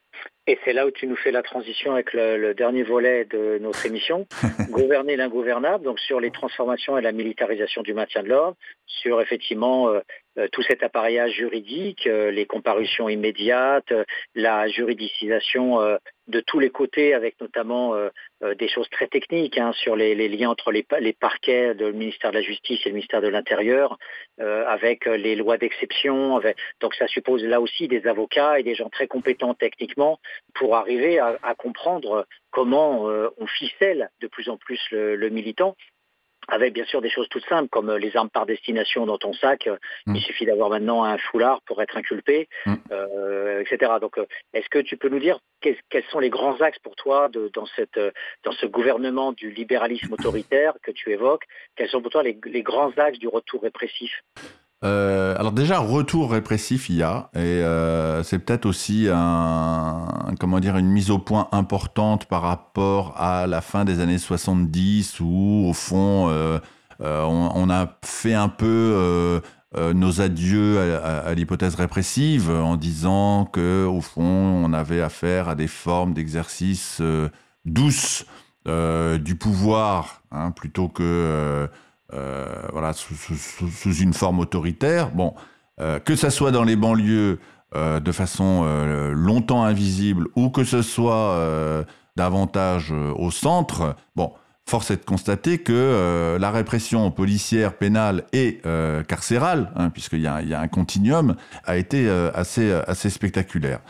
Et c'est là où tu nous fais la transition avec le, le dernier volet de notre émission, Gouverner l'ingouvernable, donc sur les transformations et la militarisation du maintien de l'ordre, sur effectivement euh, euh, tout cet appareillage juridique, euh, les comparutions immédiates, euh, la juridicisation euh, de tous les côtés, avec notamment euh, euh, des choses très techniques hein, sur les, les liens entre les, les parquets du ministère de la Justice et le ministère de l'Intérieur, euh, avec les lois d'exception. Avec... Donc ça suppose là aussi des avocats et des gens très compétents techniquement pour arriver à, à comprendre comment euh, on ficelle de plus en plus le, le militant. Avec bien sûr des choses toutes simples comme les armes par destination dans ton sac. Mmh. Il suffit d'avoir maintenant un foulard pour être inculpé, mmh. euh, et cetera. Donc, est-ce que tu peux nous dire quels, quels sont les grands axes pour toi de, dans, cette, dans ce gouvernement du libéralisme autoritaire que tu évoques? Quels sont pour toi les, les grands axes du retour répressif? Euh, alors déjà, retour répressif, il y a, et euh, c'est peut-être aussi un, comment dire, une mise au point importante par rapport à la fin des années soixante-dix, où au fond, euh, euh, on, on a fait un peu euh, euh, nos adieux à, à, à l'hypothèse répressive, en disant que au fond, on avait affaire à des formes d'exercice euh, douces euh, du pouvoir, hein, plutôt que euh, Euh, voilà, sous, sous, sous une forme autoritaire. Bon, euh, que ça soit dans les banlieues euh, de façon euh, longtemps invisible ou que ce soit euh, davantage euh, au centre, bon, force est de constater que euh, la répression policière, pénale et euh, carcérale, hein, puisqu'il y a, il y a un continuum, a été euh, assez, assez spectaculaire.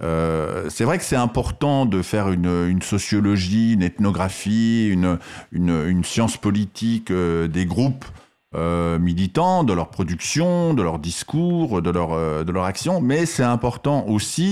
Euh, c'est vrai que c'est important de faire une, une sociologie, une ethnographie, une, une, une science politique euh, des groupes euh, militants, de leur production, de leur discours, de leur, euh, de leur action, mais c'est important aussi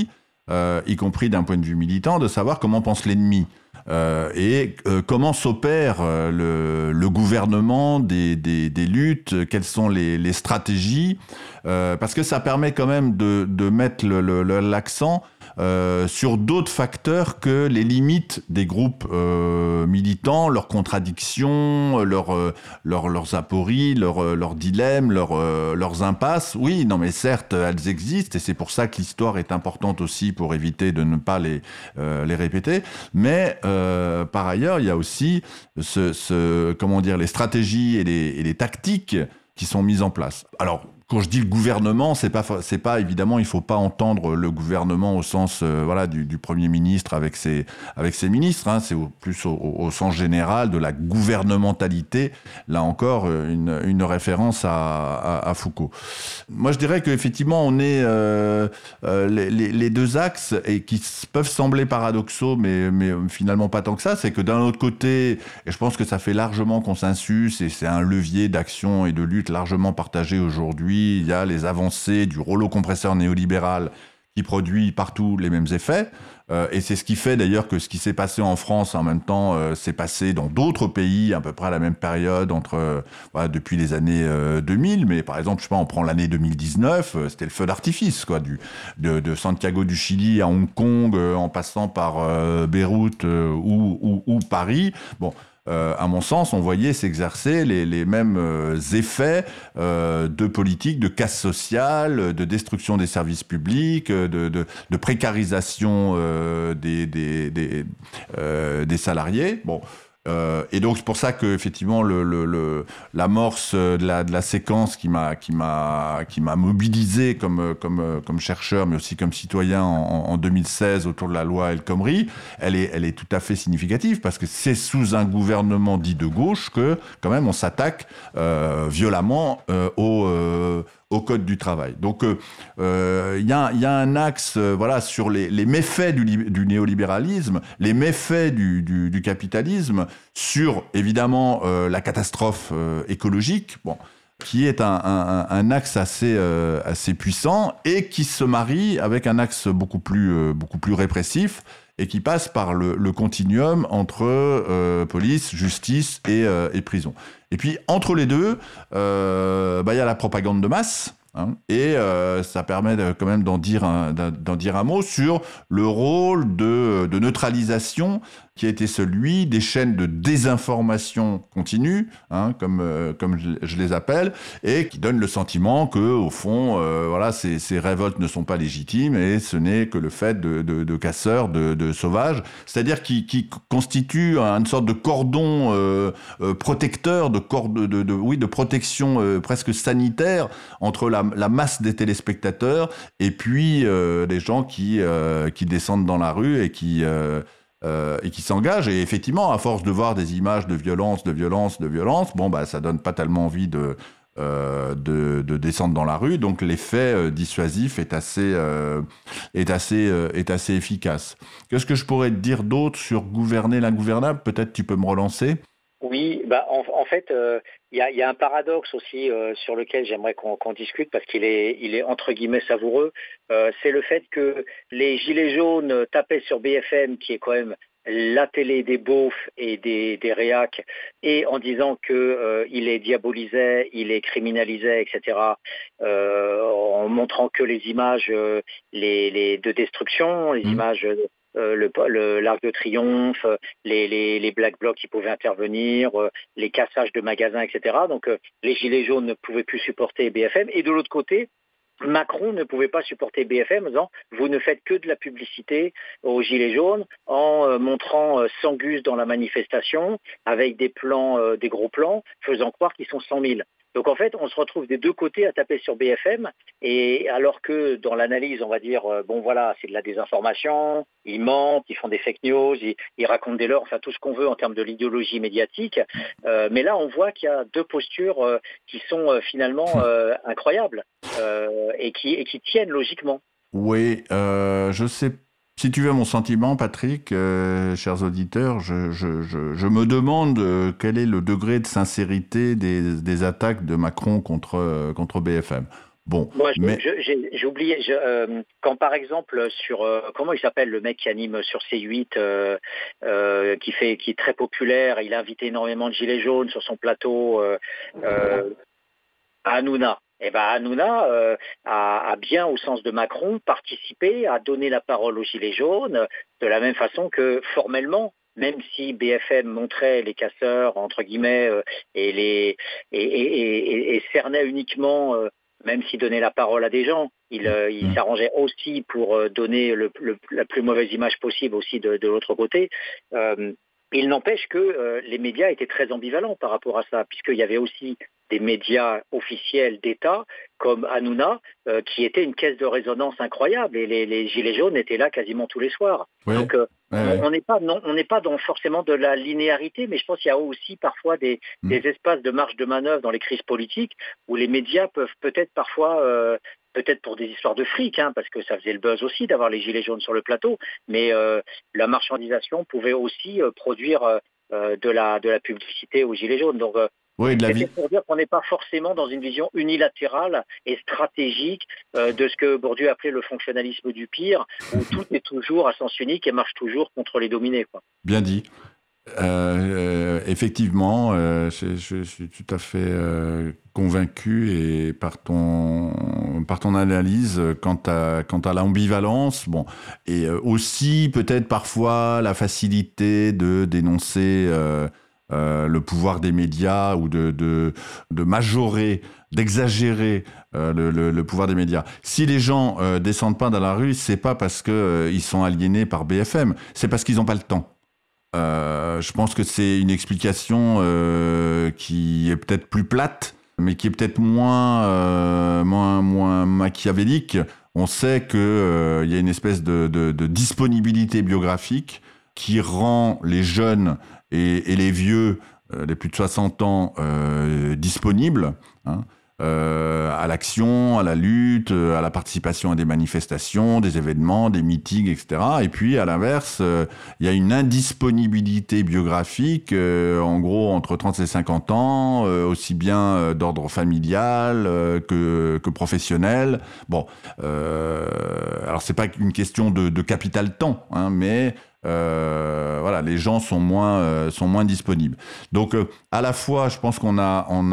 euh, y compris d'un point de vue militant, de savoir comment pense l'ennemi. Euh, et euh, comment s'opère euh, le, le gouvernement des, des, des luttes, quelles sont les, les stratégies, euh, parce que ça permet quand même de, de mettre le, le, l'accent euh, sur d'autres facteurs que les limites des groupes euh, militants, leurs contradictions, leurs, euh, leurs, leurs apories, leurs, leurs dilemmes, leurs, euh, leurs impasses. Oui, non mais certes, elles existent, et c'est pour ça que l'histoire est importante aussi pour éviter de ne pas les, euh, les répéter, mais Euh, par ailleurs, il y a aussi ce, ce, comment dire, les stratégies et les, et les tactiques qui sont mises en place. Alors, quand je dis le gouvernement, c'est pas, c'est pas évidemment, il faut pas entendre le gouvernement au sens, euh, voilà, du, du Premier ministre avec ses, avec ses ministres. Hein, c'est au, plus au, au sens général de la gouvernementalité. Là encore, une, une référence à, à, à Foucault. Moi, je dirais qu'effectivement, on est euh, euh, les, les deux axes et qui peuvent sembler paradoxaux, mais, mais finalement pas tant que ça. C'est que d'un autre côté, et je pense que ça fait largement consensus, et c'est un levier d'action et de lutte largement partagé aujourd'hui. Il y a les avancées du rouleau compresseur néolibéral qui produit partout les mêmes effets. Euh, et c'est ce qui fait d'ailleurs que ce qui s'est passé en France en même temps euh, s'est passé dans d'autres pays à peu près à la même période, entre euh, voilà, depuis les années euh, deux mille. Mais par exemple, je sais pas, on prend l'année deux mille dix-neuf, euh, c'était le feu d'artifice, quoi, du, de, de Santiago du Chili à Hong Kong, euh, en passant par euh, Beyrouth euh, ou, ou, ou Paris. Bon. Euh, à mon sens, on voyait s'exercer les, les mêmes euh, effets euh, de politique, de casse sociale, de destruction des services publics, de, de, de précarisation euh, des, des, des, euh, des salariés. Bon. Euh, et donc c'est pour ça que effectivement le, le, le, l'amorce de la, de la séquence qui m'a qui m'a qui m'a mobilisé comme comme comme chercheur, mais aussi comme citoyen en, en deux mille seize autour de la loi El Khomri, elle est elle est tout à fait significative parce que c'est sous un gouvernement dit de gauche que quand même on s'attaque euh, violemment euh, au euh, au code du travail. Donc, il euh, y, y a un axe euh, voilà, sur les, les méfaits du, du néolibéralisme, les méfaits du, du, du capitalisme, sur, évidemment, euh, la catastrophe euh, écologique, bon, qui est un, un, un axe assez, euh, assez puissant et qui se marie avec un axe beaucoup plus, euh, beaucoup plus répressif et qui passe par le, le continuum entre euh, police, justice et, euh, et prison. Et puis, entre les deux, euh, bah, y a la propagande de masse, hein, et euh, ça permet de, quand même d'en dire, un, d'en dire un mot sur le rôle de, de neutralisation qui a été celui des chaînes de désinformation continue, hein, comme, euh, comme je, je les appelle, et qui donnent le sentiment que, au fond, euh, voilà, ces, ces révoltes ne sont pas légitimes et ce n'est que le fait de, de, de casseurs, de, de sauvages, c'est-à-dire qui, qui constitue une sorte de cordon euh, euh, protecteur, de, cor- de, de, de, oui, de protection euh, presque sanitaire entre la, la masse des téléspectateurs et puis euh, les gens qui, euh, qui descendent dans la rue et qui... Euh, Euh, et qui s'engagent. Et effectivement, à force de voir des images de violence, de violence, de violence, bon, bah, ça donne pas tellement envie de, euh, de, de descendre dans la rue. Donc, l'effet euh, dissuasif est assez, euh, est, assez, euh, est assez efficace. Qu'est-ce que je pourrais te dire d'autre sur gouverner l'ingouvernable ? Peut-être tu peux me relancer ? Oui, bah en, en fait, il euh, y, a, y a un paradoxe aussi euh, sur lequel j'aimerais qu'on, qu'on discute parce qu'il est, il est entre guillemets savoureux. Euh, c'est le fait que les gilets jaunes tapaient sur B F M, qui est quand même la télé des beaufs et des, des réacs, et en disant que euh, il les diabolisait, il les criminalisait, et cetera. Euh, en montrant que les images, euh, les, les de destruction, les mmh. images Euh, le, le, l'Arc de Triomphe, les, les, les Black Blocs qui pouvaient intervenir, euh, les cassages de magasins, et cetera. Donc euh, les Gilets jaunes ne pouvaient plus supporter B F M. Et de l'autre côté, Macron ne pouvait pas supporter B F M en disant « vous ne faites que de la publicité aux Gilets jaunes » en euh, montrant euh, Sangus dans la manifestation avec des plans, euh, des gros plans, faisant croire qu'ils sont cent mille. Donc en fait, on se retrouve des deux côtés à taper sur B F M, et alors que dans l'analyse, on va dire, euh, bon voilà, c'est de la désinformation, ils mentent, ils font des fake news, ils, ils racontent des leurres, enfin tout ce qu'on veut en termes de l'idéologie médiatique. Euh, mais là, on voit qu'il y a deux postures euh, qui sont euh, finalement euh, incroyables euh, et, qui, et qui tiennent logiquement. Oui, euh, je sais pas. Si tu veux mon sentiment, Patrick, euh, chers auditeurs, je, je, je, je me demande euh, quel est le degré de sincérité des, des attaques de Macron contre, euh, contre B F M. Bon, Moi, je- mais je- j'ai j'ai oublié, je, euh, quand par exemple sur, euh, comment il s'appelle le mec qui anime sur C huit, euh, euh, qui fait, qui est très populaire, il a invité énormément de gilets jaunes sur son plateau, euh, euh, Hanouna. Eh ben Hanouna euh, a, a bien, au sens de Macron, participé à donner la parole aux gilets jaunes, de la même façon que formellement, même si B F M montrait les casseurs entre guillemets euh, et les et, et, et, et cernait uniquement, euh, même s'il donnait la parole à des gens, il, euh, il Mmh. s'arrangeait aussi pour euh, donner le, le, la plus mauvaise image possible aussi de, de l'autre côté. Euh, il n'empêche que euh, les médias étaient très ambivalents par rapport à ça, puisqu'il y avait aussi des médias officiels d'État comme Hanouna, euh, qui était une caisse de résonance incroyable, et les, les gilets jaunes étaient là quasiment tous les soirs. ouais, Donc euh, ouais, on ouais. on n'est pas non, on n'est pas dans forcément de la linéarité, mais je pense qu'il y a aussi parfois des, Mm. des espaces de marge de manœuvre dans les crises politiques où les médias peuvent peut-être parfois, euh, peut-être pour des histoires de fric, hein, parce que ça faisait le buzz aussi d'avoir les gilets jaunes sur le plateau, mais euh, la marchandisation pouvait aussi euh, produire euh, de la de la publicité aux gilets jaunes. Donc euh, Oui, de la c'était vie. pour dire qu'on n'est pas forcément dans une vision unilatérale et stratégique euh, de ce que Bourdieu appelait le fonctionnalisme du pire, où tout est toujours à sens unique et marche toujours contre les dominés, quoi. Bien dit. Euh, euh, effectivement, euh, je, je- je suis tout à fait euh, convaincu et par ton, par ton analyse euh, quant à, quant à l'ambivalence, bon, et euh, aussi peut-être parfois la facilité de dénoncer euh, euh, le pouvoir des médias ou de, de, de majorer, d'exagérer euh, le, le, le pouvoir des médias. Si les gens euh, descendent pas dans la rue, c'est pas parce que euh, ils sont aliénés par B F M, c'est parce qu'ils n'ont pas le temps. Euh, je pense que c'est une explication euh, qui est peut-être plus plate, mais qui est peut-être moins, euh, moins, moins machiavélique. On sait qu'il euh, y a une espèce de, de, de disponibilité biographique qui rend les jeunes et, et les vieux, euh, les plus de soixante ans, euh, disponibles, hein, euh, à l'action, à la lutte, à la participation à des manifestations, des événements, des meetings, et cetera. Et puis, à l'inverse, euh, il y a une indisponibilité biographique, euh, en gros, entre trente et cinquante ans, euh, aussi bien euh, d'ordre familial euh, que, que professionnel. Bon, euh, alors c'est pas une question de, de capital temps, hein, mais euh, voilà, les gens sont moins, euh, sont moins disponibles. Donc, euh, à la fois, je pense qu'on a, on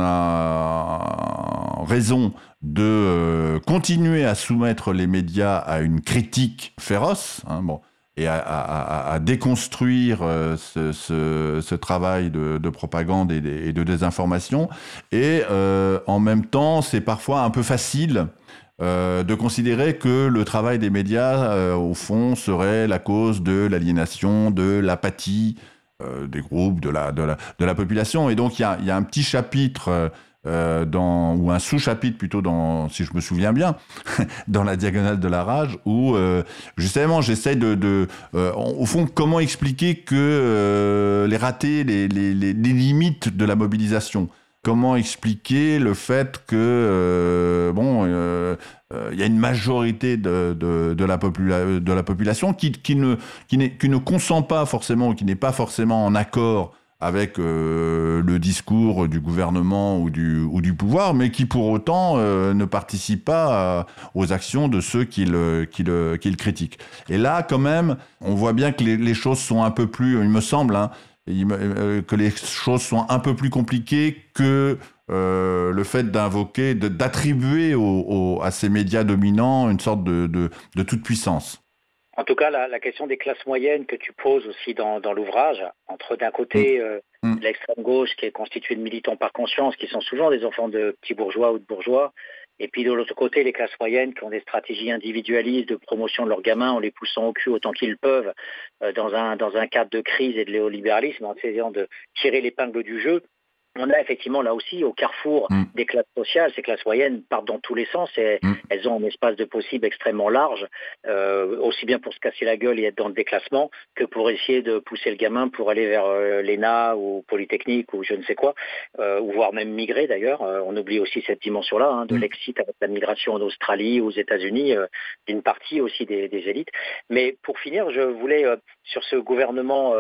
a raison de euh, continuer à soumettre les médias à une critique féroce, hein, bon, et à, à, à déconstruire euh, ce, ce, ce travail de, de propagande et de, et de désinformation. Et euh, en même temps, c'est parfois un peu facile euh, de considérer que le travail des médias, euh, au fond, serait la cause de l'aliénation, de l'apathie euh, des groupes, de la, de la, de la population. Et donc, il y a, y a un petit chapitre... Euh, dans, ou un sous-chapitre plutôt, dans, si je me souviens bien, dans la Diagonale de la Rage, où euh, justement j'essaie de, de euh, au fond, comment expliquer que euh, les ratés, les, les, les, les limites de la mobilisation. Comment expliquer le fait que euh, bon, il euh, euh, y a une majorité de, de, de, la, popula- de la population qui, qui, ne, qui, n'est, qui ne consent pas forcément, ou qui n'est pas forcément en accord avec euh, le discours du gouvernement ou du, ou du pouvoir, mais qui pour autant euh, ne participe pas à, aux actions de ceux qui le, qui, le, qui le critiquent. Et là, quand même, on voit bien que les, les choses sont un peu plus, il me semble, hein, il me, euh, que les choses sont un peu plus compliquées que euh, le fait d'invoquer, de, d'attribuer au, au, à ces médias dominants une sorte de, de, de toute-puissance. En tout cas, la, la question des classes moyennes que tu poses aussi dans, dans l'ouvrage, entre d'un côté euh, mmh. l'extrême gauche qui est constituée de militants par conscience, qui sont souvent des enfants de petits bourgeois ou de bourgeois, et puis de l'autre côté les classes moyennes qui ont des stratégies individualistes de promotion de leurs gamins en les poussant au cul autant qu'ils peuvent euh, dans un dans un cadre de crise et de néolibéralisme, en essayant de tirer l'épingle du jeu. On a effectivement là aussi au carrefour mmh. des classes sociales. Ces classes moyennes partent dans tous les sens et mmh. elles ont un espace de possible extrêmement large, euh, aussi bien pour se casser la gueule et être dans le déclassement que pour essayer de pousser le gamin pour aller vers euh, l'E N A ou Polytechnique ou je ne sais quoi, euh, ou voire même migrer d'ailleurs. Euh, on oublie aussi cette dimension-là hein, de mmh. l'exit avec la migration en Australie, aux États-Unis, euh, d'une partie aussi des, des élites. Mais pour finir, je voulais, euh, sur ce gouvernement... Euh,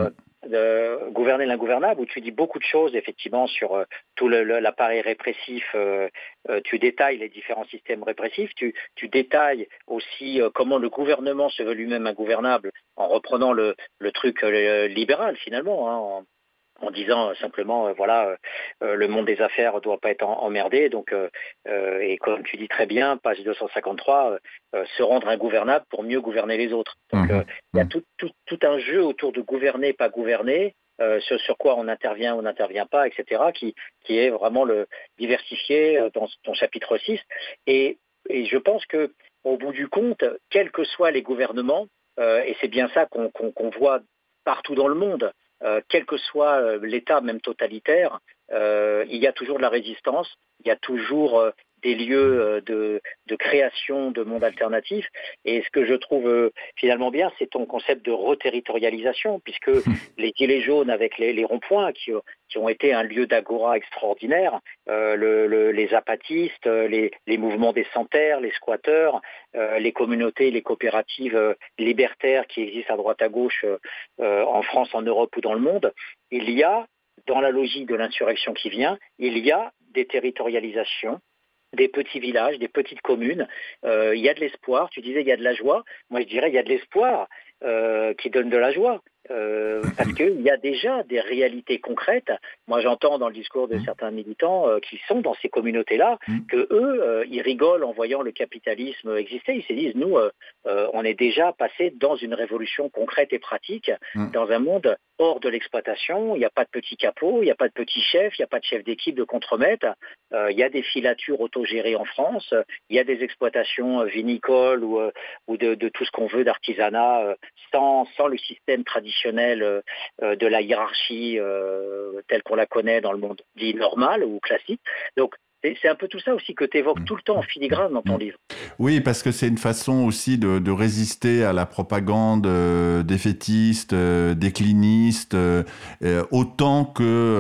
de gouverner l'ingouvernable, où tu dis beaucoup de choses, effectivement, sur euh, tout le, le, l'appareil répressif. Euh, euh, tu détailles les différents systèmes répressifs. Tu, tu détailles aussi euh, comment le gouvernement se veut lui-même ingouvernable, en reprenant le, le truc euh, libéral, finalement, hein, en, en disant simplement, euh, voilà, euh, le monde des affaires ne doit pas être en, emmerdé. Donc, euh, euh, et comme tu dis très bien, page deux cent cinquante-trois, euh, se rendre ingouvernable pour mieux gouverner les autres. Donc, il mmh. euh, y a tout, tout, tout un jeu autour de gouverner, pas gouverner, euh, sur, sur quoi on intervient ou n'intervient pas, et cetera, qui, qui est vraiment le diversifié dans ton chapitre six. Et, et je pense que, au bout du compte, quels que soient les gouvernements, euh, et c'est bien ça qu'on, qu'on, qu'on voit partout dans le monde, Euh, quel que soit euh, l'État, même totalitaire, euh, il y a toujours de la résistance, il y a toujours euh, des lieux euh, de, de création de mondes alternatifs. Et ce que je trouve euh, finalement bien, c'est ton concept de reterritorialisation, puisque les gilets jaunes avec les, les ronds-points, qui, qui ont été un lieu d'agora extraordinaire, euh, le, le, les apatistes, les, les mouvements des sans-terre, les squatteurs, euh, les communautés, les coopératives euh, libertaires qui existent à droite à gauche euh, en France, en Europe ou dans le monde, il y a, dans la logique de l'insurrection qui vient, il y a des territorialisations, des petits villages, des petites communes. Euh, il y a de l'espoir. Tu disais il y a de la joie. Moi, je dirais il y a de l'espoir euh, qui donne de la joie. Euh, parce qu'il y a déjà des réalités concrètes. Moi, j'entends dans le discours de certains militants euh, qui sont dans ces communautés-là que eux, euh, ils rigolent en voyant le capitalisme exister. Ils se disent, nous, euh, euh, on est déjà passé dans une révolution concrète et pratique, dans un monde hors de l'exploitation. Il n'y a pas de petits capots, il n'y a pas de petits chefs, il n'y a pas de chef d'équipe de contremaître. Euh, il y a des filatures autogérées en France. Il y a des exploitations vinicoles ou, euh, ou de, de tout ce qu'on veut d'artisanat euh, sans, sans le système traditionnel euh, de la hiérarchie euh, telle qu'on la connaît dans le monde dit normal ou classique. Donc, c'est, c'est un peu tout ça aussi que tu évoques tout le temps en filigrane dans ton livre. Oui, parce que c'est une façon aussi de, de résister à la propagande euh, défaitiste, euh, décliniste, euh, autant que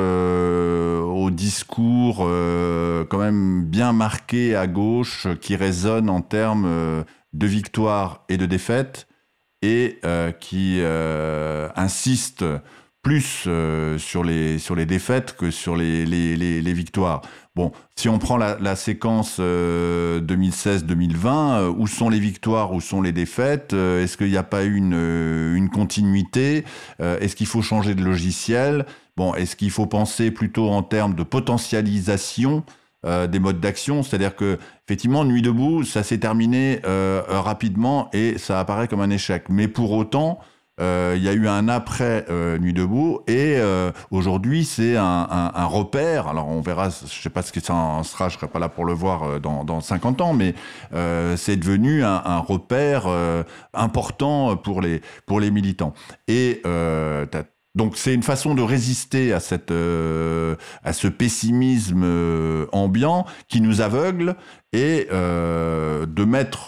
euh, au discours euh, quand même bien marqué à gauche qui résonne en termes euh, de victoire et de défaite, et euh, qui euh, insiste plus euh, sur, les, sur les défaites que sur les, les, les, les victoires. Bon, si on prend la, la séquence euh, deux mille seize deux mille vingt, euh, où sont les victoires, où sont les défaites? euh, Est-ce qu'il n'y a pas eu une, euh, une continuité? euh, Est-ce qu'il faut changer de logiciel? Bon, est-ce qu'il faut penser plutôt en termes de potentialisation Euh, des modes d'action, c'est-à-dire que effectivement Nuit debout, ça s'est terminé euh, rapidement et ça apparaît comme un échec. Mais pour autant, il euh, y a eu un après euh, Nuit debout et euh, aujourd'hui c'est un, un, un repère. Alors on verra, je sais pas ce que ça en sera, je serai pas là pour le voir dans, dans cinquante ans, mais euh, c'est devenu un, un repère euh, important pour les pour les militants. Et euh, t'as Donc c'est une façon de résister à cette euh, à ce pessimisme euh, ambiant qui nous aveugle et euh, de mettre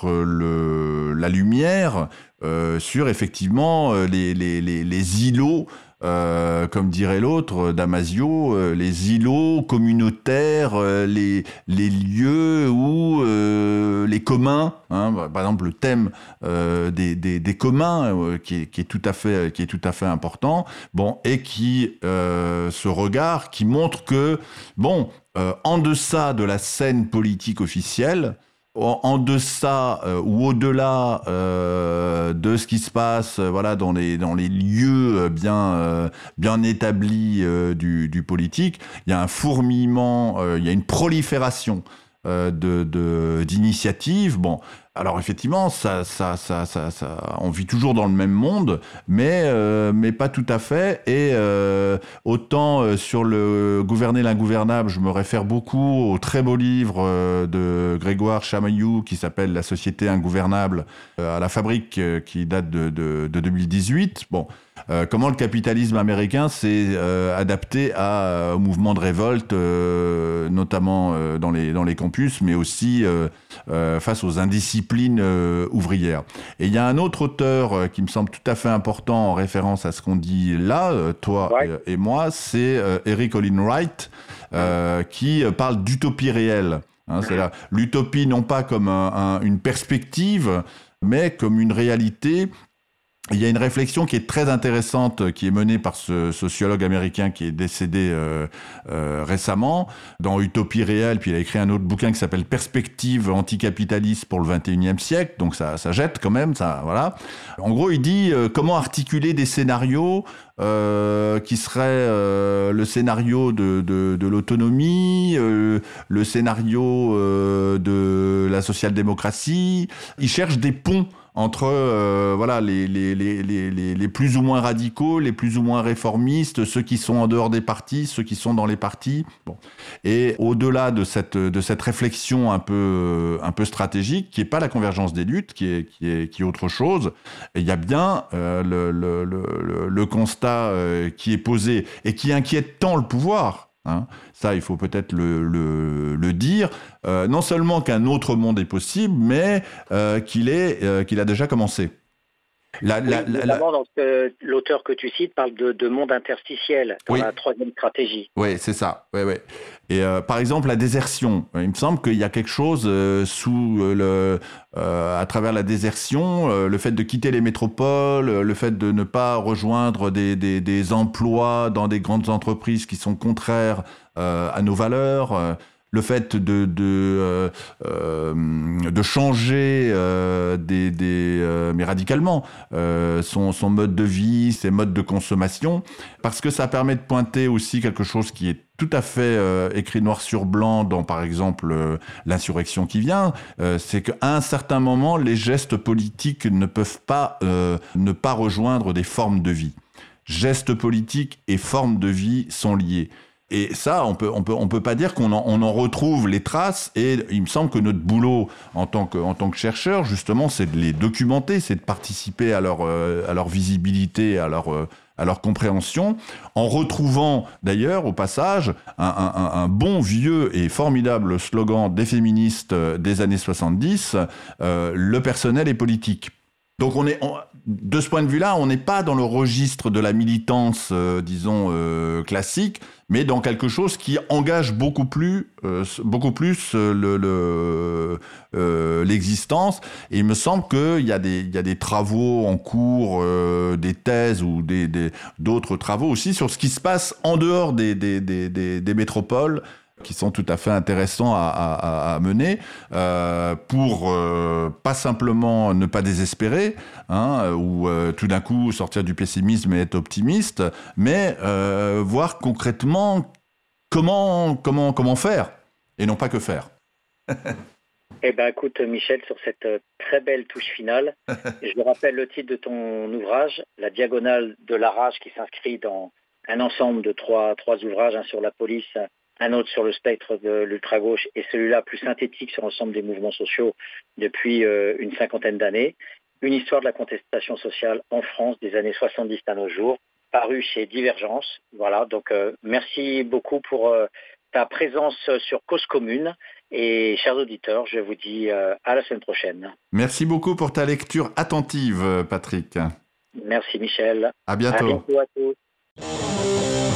le la lumière euh, sur effectivement les les les, les îlots. Euh, comme dirait l'autre, Damasio, euh, les îlots communautaires, euh, les, les lieux où euh, les communs, hein, par exemple le thème euh, des, des, des communs euh, qui, est, qui, est tout à fait, qui est tout à fait important, bon, et qui, euh, ce regard qui montre que, bon, euh, en deçà de la scène politique officielle, en deçà euh, ou au-delà euh, de ce qui se passe euh, voilà, dans, les, dans les lieux bien, euh, bien établis euh, du, du politique, il y a un fourmillement, euh, il y a une prolifération euh, de, de, d'initiatives. Bon, alors effectivement, ça, ça, ça, ça, ça, on vit toujours dans le même monde, mais, euh, mais pas tout à fait. Et euh, autant euh, sur le gouverner l'ingouvernable, je me réfère beaucoup au très beau livre euh, de Grégoire Chamaillou qui s'appelle La société ingouvernable euh, à la fabrique, euh, qui date de, de, de deux mille dix-huit. Bon. Euh, comment le capitalisme américain s'est euh, adapté à, au mouvement de révolte, euh, notamment euh, dans, les, dans les campus, mais aussi euh, euh, face aux indisciplines euh, ouvrières. Et il y a un autre auteur euh, qui me semble tout à fait important en référence à ce qu'on dit là, euh, toi ouais. et, et moi, c'est euh, Eric Olin Wright, euh, qui parle d'utopie réelle. Hein, c'est là, l'utopie non pas comme un, un, une perspective, mais comme une réalité il y a une réflexion qui est très intéressante, qui est menée par ce sociologue américain qui est décédé euh, euh, récemment, dans Utopie réelle, puis il a écrit un autre bouquin qui s'appelle Perspective anticapitaliste pour le vingt et unième siècle, donc ça, ça jette quand même, ça, voilà. En gros, il dit euh, comment articuler des scénarios euh, qui seraient euh, le scénario de, de, de l'autonomie, euh, le scénario euh, de la social-démocratie. Il cherche des ponts entre euh, voilà les, les, les, les, les plus ou moins radicaux, les plus ou moins réformistes, ceux qui sont en dehors des partis, ceux qui sont dans les partis. Bon. Et au-delà de cette, de cette réflexion un peu, un peu stratégique, qui n'est pas la convergence des luttes, qui est, qui est, qui est autre chose, il y a bien euh, le, le, le, le constat euh, qui est posé et qui inquiète tant le pouvoir. Hein, ça, il faut peut-être le, le, le dire. Euh, non seulement qu'un autre monde est possible, mais euh, qu'il est, euh, qu'il a déjà commencé. La, oui, la, la, notamment, la... donc, euh, l'auteur que tu cites parle de, de monde interstitiel dans oui. la troisième stratégie. Oui, c'est ça. Ouais, ouais. Et euh, par exemple, la désertion. Il me semble qu'il y a quelque chose euh, sous euh, le, euh, à travers la désertion, euh, le fait de quitter les métropoles, le fait de ne pas rejoindre des, des, des emplois dans des grandes entreprises qui sont contraires euh, à nos valeurs. Euh, le fait de, de, euh, euh, de changer euh, des, des, euh, mais radicalement euh, son, son mode de vie, ses modes de consommation, parce que ça permet de pointer aussi quelque chose qui est tout à fait euh, écrit noir sur blanc dans, par exemple, euh, l'insurrection qui vient, euh, c'est qu'à un certain moment, les gestes politiques ne peuvent pas euh, ne pas rejoindre des formes de vie. Gestes politiques et formes de vie sont liés. Et ça, on peut, on peut, on peut pas dire qu'on en, on en retrouve les traces. Et il me semble que notre boulot en tant que, en tant que chercheur, justement, c'est de les documenter, c'est de participer à leur, euh, à leur visibilité, à leur, euh, à leur compréhension, en retrouvant d'ailleurs au passage un, un, un bon vieux et formidable slogan des féministes des années soixante-dix, euh, le personnel est politique. Donc on est, on, de ce point de vue-là, on n'est pas dans le registre de la militance, euh, disons, euh, classique, mais dans quelque chose qui engage beaucoup plus, euh, beaucoup plus euh, le, le, euh, l'existence. Et il me semble qu'il y a des, il y a des travaux en cours, euh, des thèses ou des, des, d'autres travaux aussi sur ce qui se passe en dehors des, des, des, des, des métropoles, qui sont tout à fait intéressants à, à, à mener, euh, pour euh, pas simplement ne pas désespérer, hein, ou euh, tout d'un coup sortir du pessimisme et être optimiste, mais euh, voir concrètement comment, comment, comment faire, et non pas que faire. Eh bien, écoute, Michel, sur cette très belle touche finale, je rappelle le titre de ton ouvrage, La diagonale de la rage, qui s'inscrit dans un ensemble de trois, trois ouvrages, un sur la police, un autre sur le spectre de l'ultra-gauche et celui-là plus synthétique sur l'ensemble des mouvements sociaux depuis euh, une cinquantaine d'années. Une histoire de la contestation sociale en France des années soixante-dix à nos jours, paru chez Divergence. Voilà, donc euh, merci beaucoup pour euh, ta présence sur Cause Commune. Et chers auditeurs, je vous dis euh, à la semaine prochaine. Merci beaucoup pour ta lecture attentive, Patrick. Merci Michel. À bientôt. À bientôt à tous.